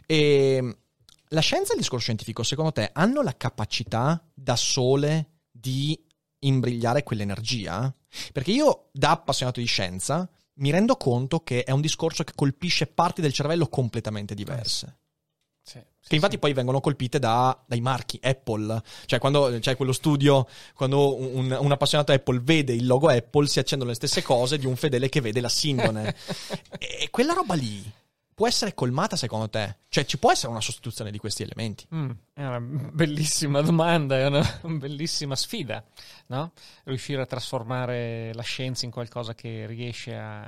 E la scienza e il discorso scientifico, secondo te, hanno la capacità da sole di imbrigliare quell'energia? Perché io, da appassionato di scienza, mi rendo conto che è un discorso che colpisce parti del cervello completamente diverse. Sì, sì, che infatti sì. poi vengono colpite da, dai marchi Apple. Cioè quando c'è quello studio, quando un, un appassionato Apple vede il logo Apple, si accendono le stesse cose di un fedele che vede la sindone. E quella roba lì può essere colmata secondo te? Cioè ci può essere una sostituzione di questi elementi? Mm, è una bellissima domanda, è una bellissima sfida, no? Riuscire a trasformare la scienza in qualcosa che riesce a,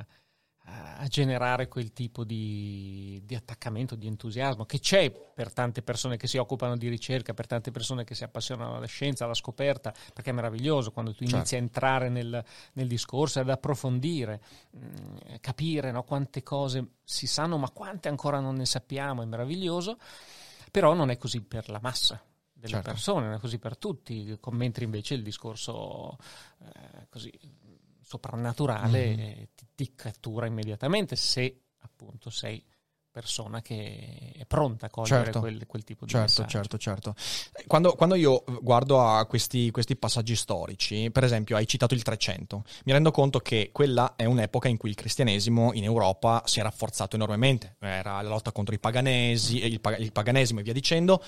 a generare quel tipo di, di attaccamento, di entusiasmo che c'è per tante persone che si occupano di ricerca, per tante persone che si appassionano alla scienza, alla scoperta, perché è meraviglioso quando tu inizi certo. a entrare nel, nel discorso, ad approfondire, mh, capire, no, quante cose si sanno ma quante ancora non ne sappiamo, è meraviglioso, però non è così per la massa delle certo. persone, non è così per tutti, mentre invece il discorso eh, così soprannaturale mm-hmm. ti, ti cattura immediatamente se appunto sei persona che è pronta a cogliere certo. quel, quel tipo di certo, messaggio. Certo, certo, quando, quando io guardo a questi, questi passaggi storici, per esempio hai citato il trecento, mi rendo conto che quella è un'epoca in cui il cristianesimo in Europa si è rafforzato enormemente, era la lotta contro i paganesi, il, il paganesimo e via dicendo.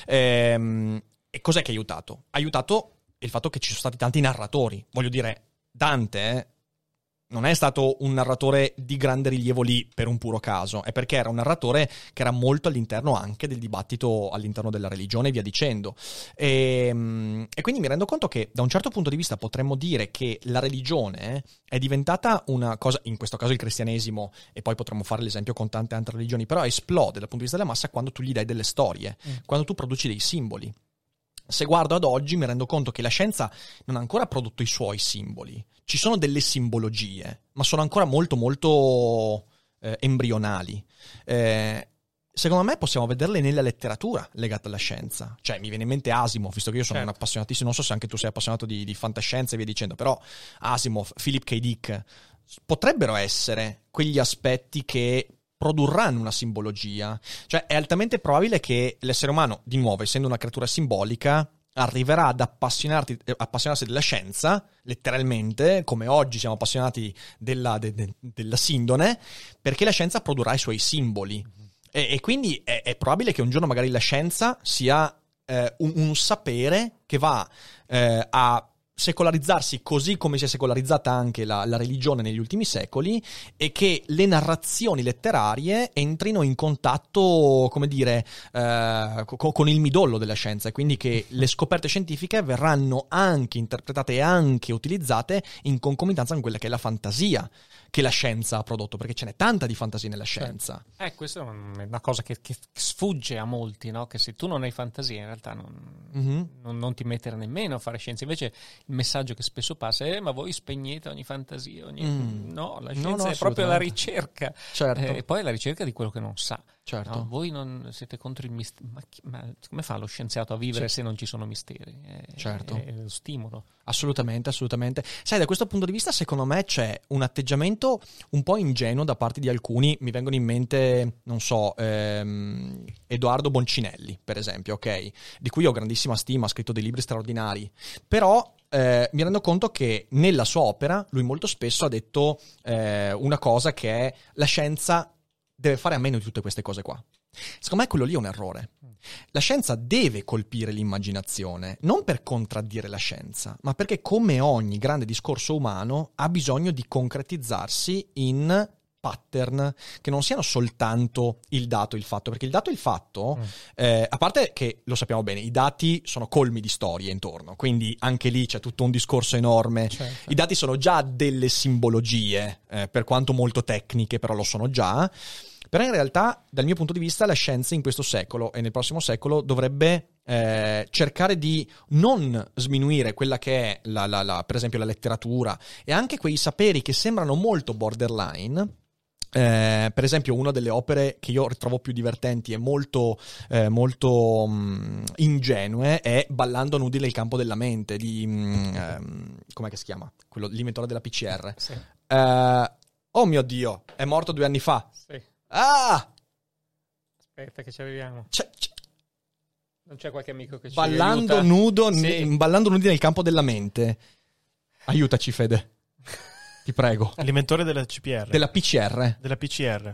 Ehm, e cos'è che ha aiutato? Ha aiutato il fatto che ci sono stati tanti narratori, voglio dire, Dante eh, non è stato un narratore di grande rilievo lì per un puro caso, è perché era un narratore che era molto all'interno anche del dibattito all'interno della religione e via dicendo. E, e quindi mi rendo conto che da un certo punto di vista potremmo dire che la religione è diventata una cosa, in questo caso il cristianesimo, e poi potremmo fare l'esempio con tante altre religioni, però esplode dal punto di vista della massa quando tu gli dai delle storie, mm. quando tu produci dei simboli. Se guardo ad oggi mi rendo conto che la scienza non ha ancora prodotto i suoi simboli. Ci sono delle simbologie, ma sono ancora molto molto eh, embrionali. Eh, secondo me possiamo vederle nella letteratura legata alla scienza. Cioè, mi viene in mente Asimov, visto che io sono certo. un appassionatissimo, non so se anche tu sei appassionato di, di fantascienza e via dicendo, però Asimov, Philip K. Dick potrebbero essere quegli aspetti che produrranno una simbologia. Cioè, è altamente probabile che l'essere umano, di nuovo, essendo una creatura simbolica, arriverà ad appassionarti, appassionarsi della scienza, letteralmente, come oggi siamo appassionati della, de, de, della sindone, perché la scienza produrrà i suoi simboli. Mm-hmm. E, e quindi è, è probabile che un giorno magari la scienza sia eh, un, un sapere che va eh, a secolarizzarsi così come si è secolarizzata anche la, la religione negli ultimi secoli, e che le narrazioni letterarie entrino in contatto, come dire, eh, co- con il midollo della scienza, e quindi che le scoperte scientifiche verranno anche interpretate e anche utilizzate in concomitanza con quella che è la fantasia che la scienza ha prodotto, perché ce n'è tanta di fantasia nella scienza. Eh, questa è una cosa che, che sfugge a molti, no? Che se tu non hai fantasia, in realtà non, mm-hmm. non, non ti mettere nemmeno a fare scienza. Invece il messaggio che spesso passa è: ma voi spegnete ogni fantasia, ogni... Mm. No, la scienza no, no, è proprio la ricerca. Certo. Eh, e poi è la ricerca di quello che non sa. Certo. No? Voi non siete contro il mistero. Ma, ma come fa lo scienziato a vivere sì. se non ci sono misteri? È, certo. È, è lo stimolo. Assolutamente, assolutamente. Sai, da questo punto di vista, secondo me c'è un atteggiamento un po' ingenuo da parte di alcuni. Mi vengono in mente, non so, ehm, Edoardo Boncinelli, per esempio, ok? Di cui ho grandissima stima, ha scritto dei libri straordinari. Però eh, mi rendo conto che nella sua opera lui molto spesso ha detto eh, una cosa, che è: la scienza deve fare a meno di tutte queste cose qua. Secondo me quello lì è un errore. La scienza deve colpire l'immaginazione, non per contraddire la scienza, ma perché, come ogni grande discorso umano, ha bisogno di concretizzarsi in pattern che non siano soltanto il dato e il fatto, perché il dato e il fatto, mm. eh, a parte che lo sappiamo bene, i dati sono colmi di storie intorno, quindi anche lì c'è tutto un discorso enorme. Certo. I dati sono già delle simbologie, eh, per quanto molto tecniche, però lo sono già. Però in realtà, dal mio punto di vista, la scienza in questo secolo e nel prossimo secolo dovrebbe eh, cercare di non sminuire quella che è, la, la, la, per esempio, la letteratura e anche quei saperi che sembrano molto borderline. Eh, per esempio, una delle opere che io trovo più divertenti e molto, eh, molto mh, ingenue è Ballando nudi nel campo della mente di... Mh, com'è che si chiama? Quello, l'inventore della P C R. Sì. Eh, oh mio Dio, è morto due anni fa. Sì. Ah! Aspetta che ci arriviamo. C'è, c'è. Non c'è qualche amico che ci Ballando aiuta? nudo, Sì. n- ballando nudi nel campo della mente. Aiutaci, Fede. Ti prego. L'inventore della C P R. Della P C R. Della P C R.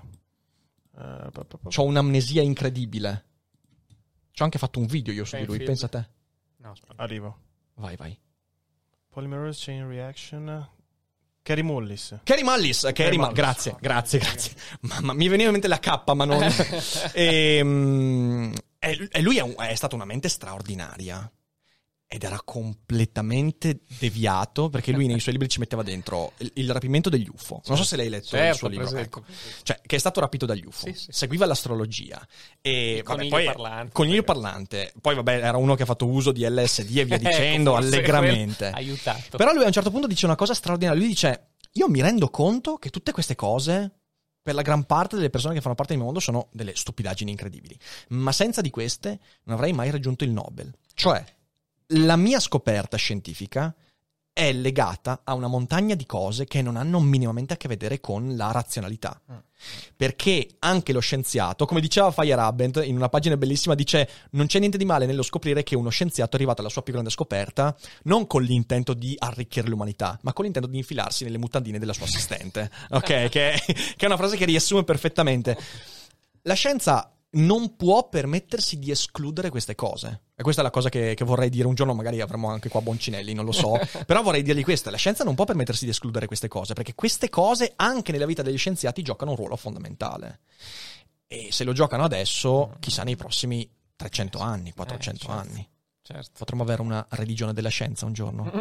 Uh, pa, pa, pa. C'ho un'amnesia incredibile. C'ho anche fatto un video io su di lui, Seinfeld. pensa a te. No, aspetta. Arrivo. Vai, vai. Polymerase chain reaction. Carey Mullis. Carey Mullis, Carey Ma- Mullis. grazie, grazie, grazie. Mamma, mi veniva in mente la K, ma non... e, mm, e, e lui è, un, è stata una mente straordinaria. Ed era completamente deviato, perché lui nei suoi libri ci metteva dentro il, il rapimento degli U F O. Non so se l'hai letto certo, il suo libro. presente, Ecco. presente. Cioè, che è stato rapito dagli U F O. Sì, sì. Seguiva l'astrologia. E Il vabbè, coniglio poi, parlante. Coniglio parlante. Poi vabbè, era uno che ha fatto uso di L S D e via dicendo, ecco, allegramente. Aiutato. Però lui a un certo punto dice una cosa straordinaria. Lui dice: io mi rendo conto che tutte queste cose, per la gran parte delle persone che fanno parte del mio mondo, sono delle stupidaggini incredibili. Ma senza di queste non avrei mai raggiunto il Nobel. Cioè, la mia scoperta scientifica è legata a una montagna di cose che non hanno minimamente a che vedere con la razionalità. Mm. Perché anche lo scienziato, come diceva Feyerabend in una pagina bellissima, dice: non c'è niente di male nello scoprire che uno scienziato è arrivato alla sua più grande scoperta non con l'intento di arricchire l'umanità, ma con l'intento di infilarsi nelle mutandine della sua assistente. Ok? che, è, che è una frase che riassume perfettamente. La scienza non può permettersi di escludere queste cose. E questa è la cosa che, che vorrei dire un giorno, magari avremo anche qua Boncinelli, non lo so, però vorrei dirgli questa: la scienza non può permettersi di escludere queste cose, perché queste cose anche nella vita degli scienziati giocano un ruolo fondamentale. E se lo giocano adesso, chissà nei prossimi trecento anni, quattrocento eh, certo, anni. Certo. Potremmo avere una religione della scienza un giorno.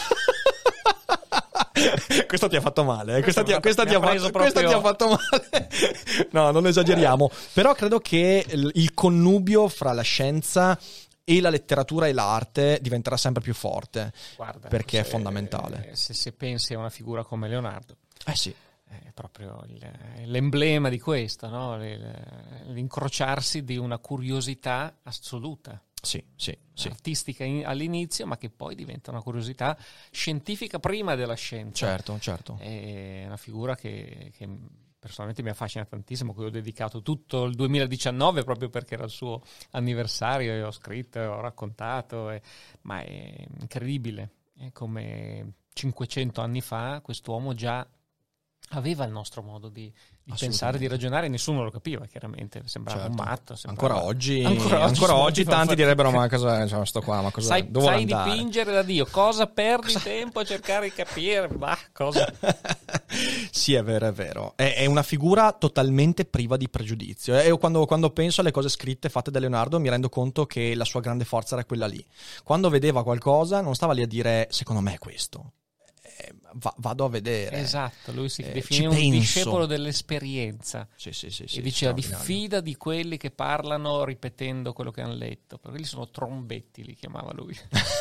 Questo ti ha fatto male, eh? questa, ti ha, questa, ti ha fatto, questa ti ha fatto male. No, non esageriamo. Però credo che il connubio fra la scienza e la letteratura e l'arte diventerà sempre più forte. Guarda, perché se, è fondamentale. Se, se pensi a una figura come Leonardo, eh sì, è proprio il, l'emblema di questo, no? L'incrociarsi di una curiosità assoluta. Sì, sì, sì. Artistica in, all'inizio, ma che poi diventa una curiosità scientifica prima della scienza. Certo, certo. È una figura che, che personalmente mi affascina tantissimo, cui ho dedicato tutto il duemiladiciannove proprio perché era il suo anniversario e ho scritto e ho raccontato, e, ma è incredibile. È come cinquecento anni fa quest'uomo già aveva il nostro modo di, di pensare, di ragionare, nessuno lo capiva, chiaramente, sembrava certo. un matto. Sembrava... Ancora oggi, ancora oggi, ancora oggi tanti fa... direbbero: ma cosa, cioè, sto qua, ma cosa sai, dove sai andare? dipingere da Dio, cosa perdi cosa... tempo a cercare di capire? Bah, cosa... Sì, è vero, è vero. È, è una figura totalmente priva di pregiudizio. E io quando, quando penso alle cose scritte fatte da Leonardo mi rendo conto che la sua grande forza era quella lì. Quando vedeva qualcosa non stava lì a dire secondo me è questo. Va, vado a vedere. Esatto, lui si eh, definiva un discepolo dell'esperienza. Sì, sì, sì, sì, e diceva: diffida di quelli che parlano ripetendo quello che hanno letto, perché quelli sono trombetti, li chiamava lui.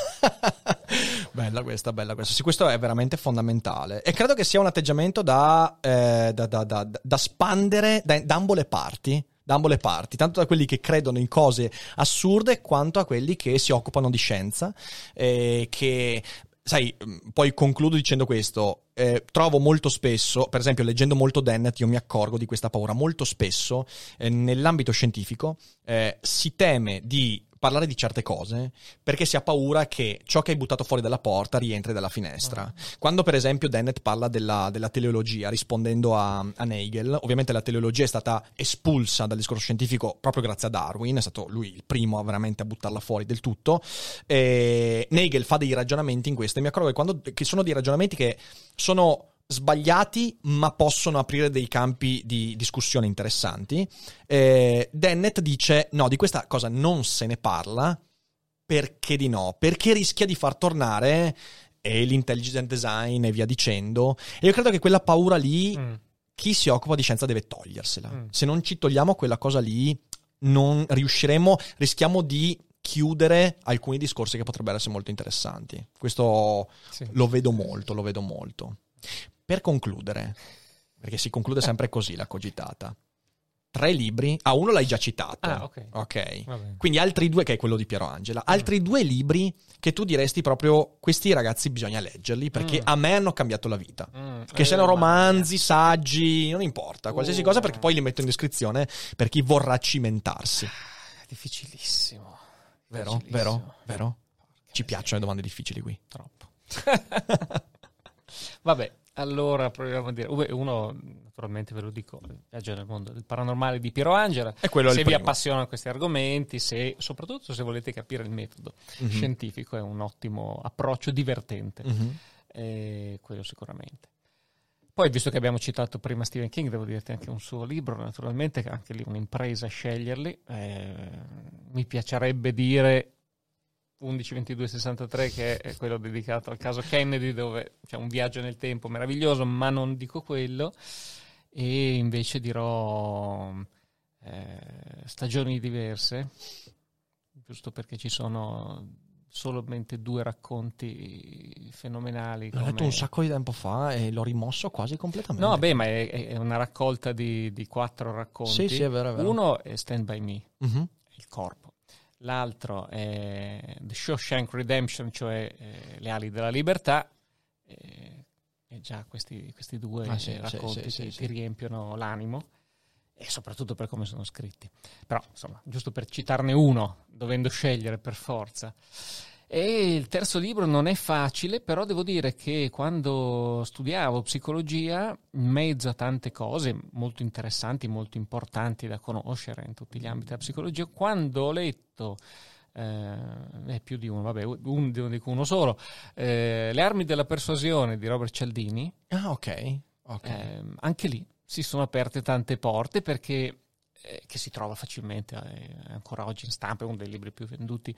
Bella questa, bella questa. Sì, questo è veramente fondamentale. E credo che sia un atteggiamento da, eh, da, da, da, da spandere da, da ambo le parti. Da ambo le parti, tanto da quelli che credono in cose assurde quanto a quelli che si occupano di scienza, eh, che... Sai, poi concludo dicendo questo, eh, trovo molto spesso, per esempio leggendo molto Dennett, io mi accorgo di questa paura, molto spesso eh, nell'ambito scientifico eh, si teme di parlare di certe cose perché si ha paura che ciò che hai buttato fuori dalla porta rientri dalla finestra. Uh-huh. Quando per esempio Dennett parla della, della teleologia rispondendo a, a Nagel, ovviamente la teleologia è stata espulsa dal discorso scientifico proprio grazie a Darwin, è stato lui il primo veramente a buttarla fuori del tutto, e Nagel fa dei ragionamenti in questo e mi accorgo che, quando, che sono dei ragionamenti che sono sbagliati ma possono aprire dei campi di discussione interessanti. eh, Dennett dice no, di questa cosa non se ne parla perché di no, perché rischia di far tornare e l'intelligent design e via dicendo, e io credo che quella paura lì mm. chi si occupa di scienza deve togliersela. mm. Se non ci togliamo quella cosa lì non riusciremo, rischiamo di chiudere alcuni discorsi che potrebbero essere molto interessanti. Questo sì. lo vedo molto, lo vedo molto. Per concludere, perché si conclude sempre così la cogitata, tre libri, ah uno l'hai già citato, ah, ok, okay. Quindi altri due, che è quello di Piero Angela, altri mm. due libri che tu diresti proprio questi ragazzi bisogna leggerli perché mm. a me hanno cambiato la vita, mm. che eh, siano romanzi, saggi, non importa, qualsiasi uh. cosa, perché poi li metto in descrizione per chi vorrà cimentarsi. Difficilissimo, vero, vero, vero. Ci piacciono le domande difficili qui, troppo. Vabbè, allora proviamo a dire uno, naturalmente ve lo dico, Viaggio nel mondo del paranormale di Piero Angela. E quello è il se vi primo. appassionano questi argomenti, se, soprattutto se volete capire il metodo mm-hmm. scientifico, è un ottimo approccio divertente, mm-hmm. eh, quello sicuramente. Poi, visto che abbiamo citato prima Stephen King, devo dirti anche un suo libro, naturalmente, che anche lì un'impresa sceglierli. Eh, mi piacerebbe dire undici ventidue sessantatré, che è quello dedicato al caso Kennedy, dove c'è un viaggio nel tempo meraviglioso, ma non dico quello, e invece dirò eh, stagioni diverse, giusto perché ci sono solamente due racconti fenomenali. L'ho come... letto un sacco di tempo fa e l'ho rimosso quasi completamente. No, vabbè, ma è, è una raccolta di, di quattro racconti. Sì, sì, è vero, è vero. Uno è Stand By Me, mm-hmm. il corpo. L'altro è The Shawshank Redemption, cioè eh, Le ali della libertà, eh, e già questi, questi due ah, sì, racconti sì, sì, ti, sì, ti riempiono l'animo, e soprattutto per come sono scritti. Però, insomma, giusto per citarne uno, dovendo scegliere per forza. E il terzo libro non è facile, però devo dire che quando studiavo psicologia, in mezzo a tante cose molto interessanti, molto importanti da conoscere in tutti gli ambiti della psicologia, quando ho letto, eh, è più di uno, vabbè, un, dico uno solo, eh, Le armi della persuasione di Robert Cialdini, ah, ok, okay. Eh, anche lì si sono aperte tante porte, perché che si trova facilmente eh, ancora oggi in stampa, è uno dei libri più venduti,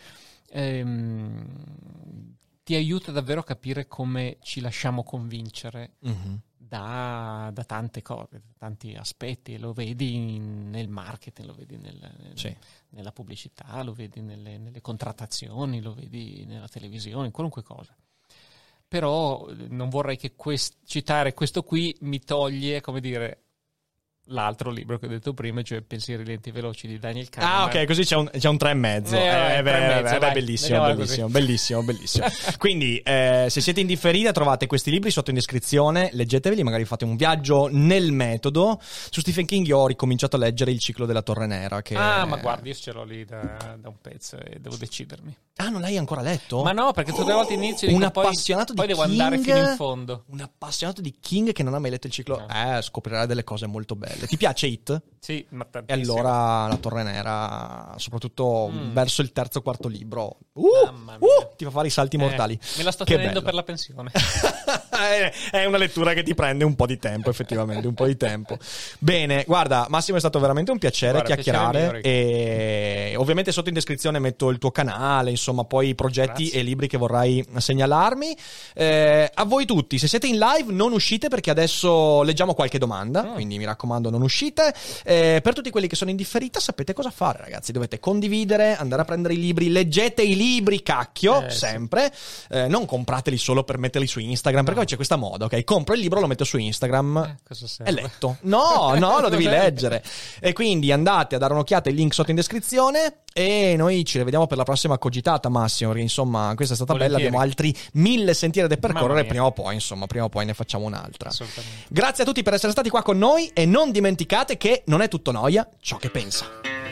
ehm, ti aiuta davvero a capire come ci lasciamo convincere mm-hmm. da, da tante cose, da tanti aspetti. Lo vedi in, nel marketing, lo vedi nel, nel, sì. nella pubblicità, lo vedi nelle, nelle contrattazioni, lo vedi nella televisione, in qualunque cosa. però non vorrei che quest- citare questo qui mi toglie, come dire, l'altro libro che ho detto prima, cioè Pensieri lenti e veloci di Daniel Kahneman. Ah, ok, così c'è un, c'è un tre e mezzo. Eh, Eh, eh, beh, tre e beh, mezzo, beh, dai, bellissimo, vediamola bellissimo, così. bellissimo, bellissimo. Quindi, eh, se siete indifferiti, trovate questi libri sotto in descrizione, leggeteveli, magari fate un viaggio nel metodo. Su Stephen King io ho ricominciato a leggere Il ciclo della Torre Nera. Che Ah, ma guardi, io ce l'ho lì da, da un pezzo e devo decidermi. Ah, non l'hai ancora letto? Ma no, perché tutte le volte inizio e Un dico, poi, appassionato di poi devo King, andare fino in fondo. Un appassionato di King che non ha mai letto il ciclo. No. Eh, scoprirà delle cose molto belle. Ti piace It? Sì, ma E tantissimo. allora La Torre Nera, soprattutto Mm. verso il terzo o quarto libro, uh, Mamma mia. uh, ti fa fare i salti Eh, mortali. me la sto Che tenendo bello. per la pensione. È- È una lettura che ti prende un po' di tempo, effettivamente, un po' di tempo. Bene, guarda, Massimo, è stato veramente un piacere Guarda, chiacchierare. piacere E ovviamente sotto in descrizione metto il tuo canale, insomma, poi i progetti Grazie. e libri che vorrai segnalarmi. Eh, a voi tutti, se siete in live, non uscite perché adesso leggiamo qualche domanda. Mm. Quindi mi raccomando, non uscite. Eh, per tutti quelli che sono in differita, sapete cosa fare, ragazzi? Dovete condividere, andare a prendere i libri, leggete i libri, cacchio, Eh, sì. sempre. Eh, non comprateli solo per metterli su Instagram, perché poi c'è questa moda, ok? Compro il libro, lo metto su Instagram. Eh, cosa serve? È letto. No, no, lo devi leggere. E quindi andate a dare un'occhiata ai link sotto in descrizione. E noi ci rivediamo per la prossima cogitata, Massimo. Perché insomma, questa è stata Volentieri. bella. Abbiamo altri mille sentieri da Mamma percorrere. mia. Prima o poi, insomma, prima o poi ne facciamo un'altra. Assolutamente. Grazie a tutti per essere stati qua con noi. E non dimenticate che non è tutto noia ciò che pensa.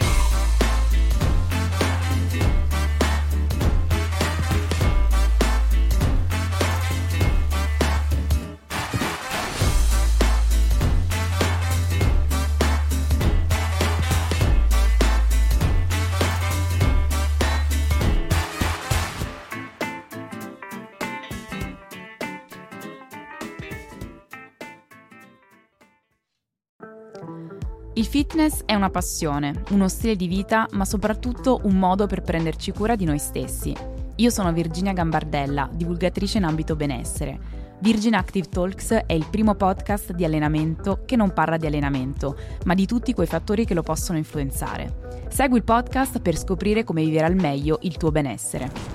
Il fitness è una passione, uno stile di vita, ma soprattutto un modo per prenderci cura di noi stessi. Io sono Virginia Gambardella, divulgatrice in ambito benessere. Virgin Active Talks è il primo podcast di allenamento che non parla di allenamento, ma di tutti quei fattori che lo possono influenzare. Segui il podcast per scoprire come vivere al meglio il tuo benessere.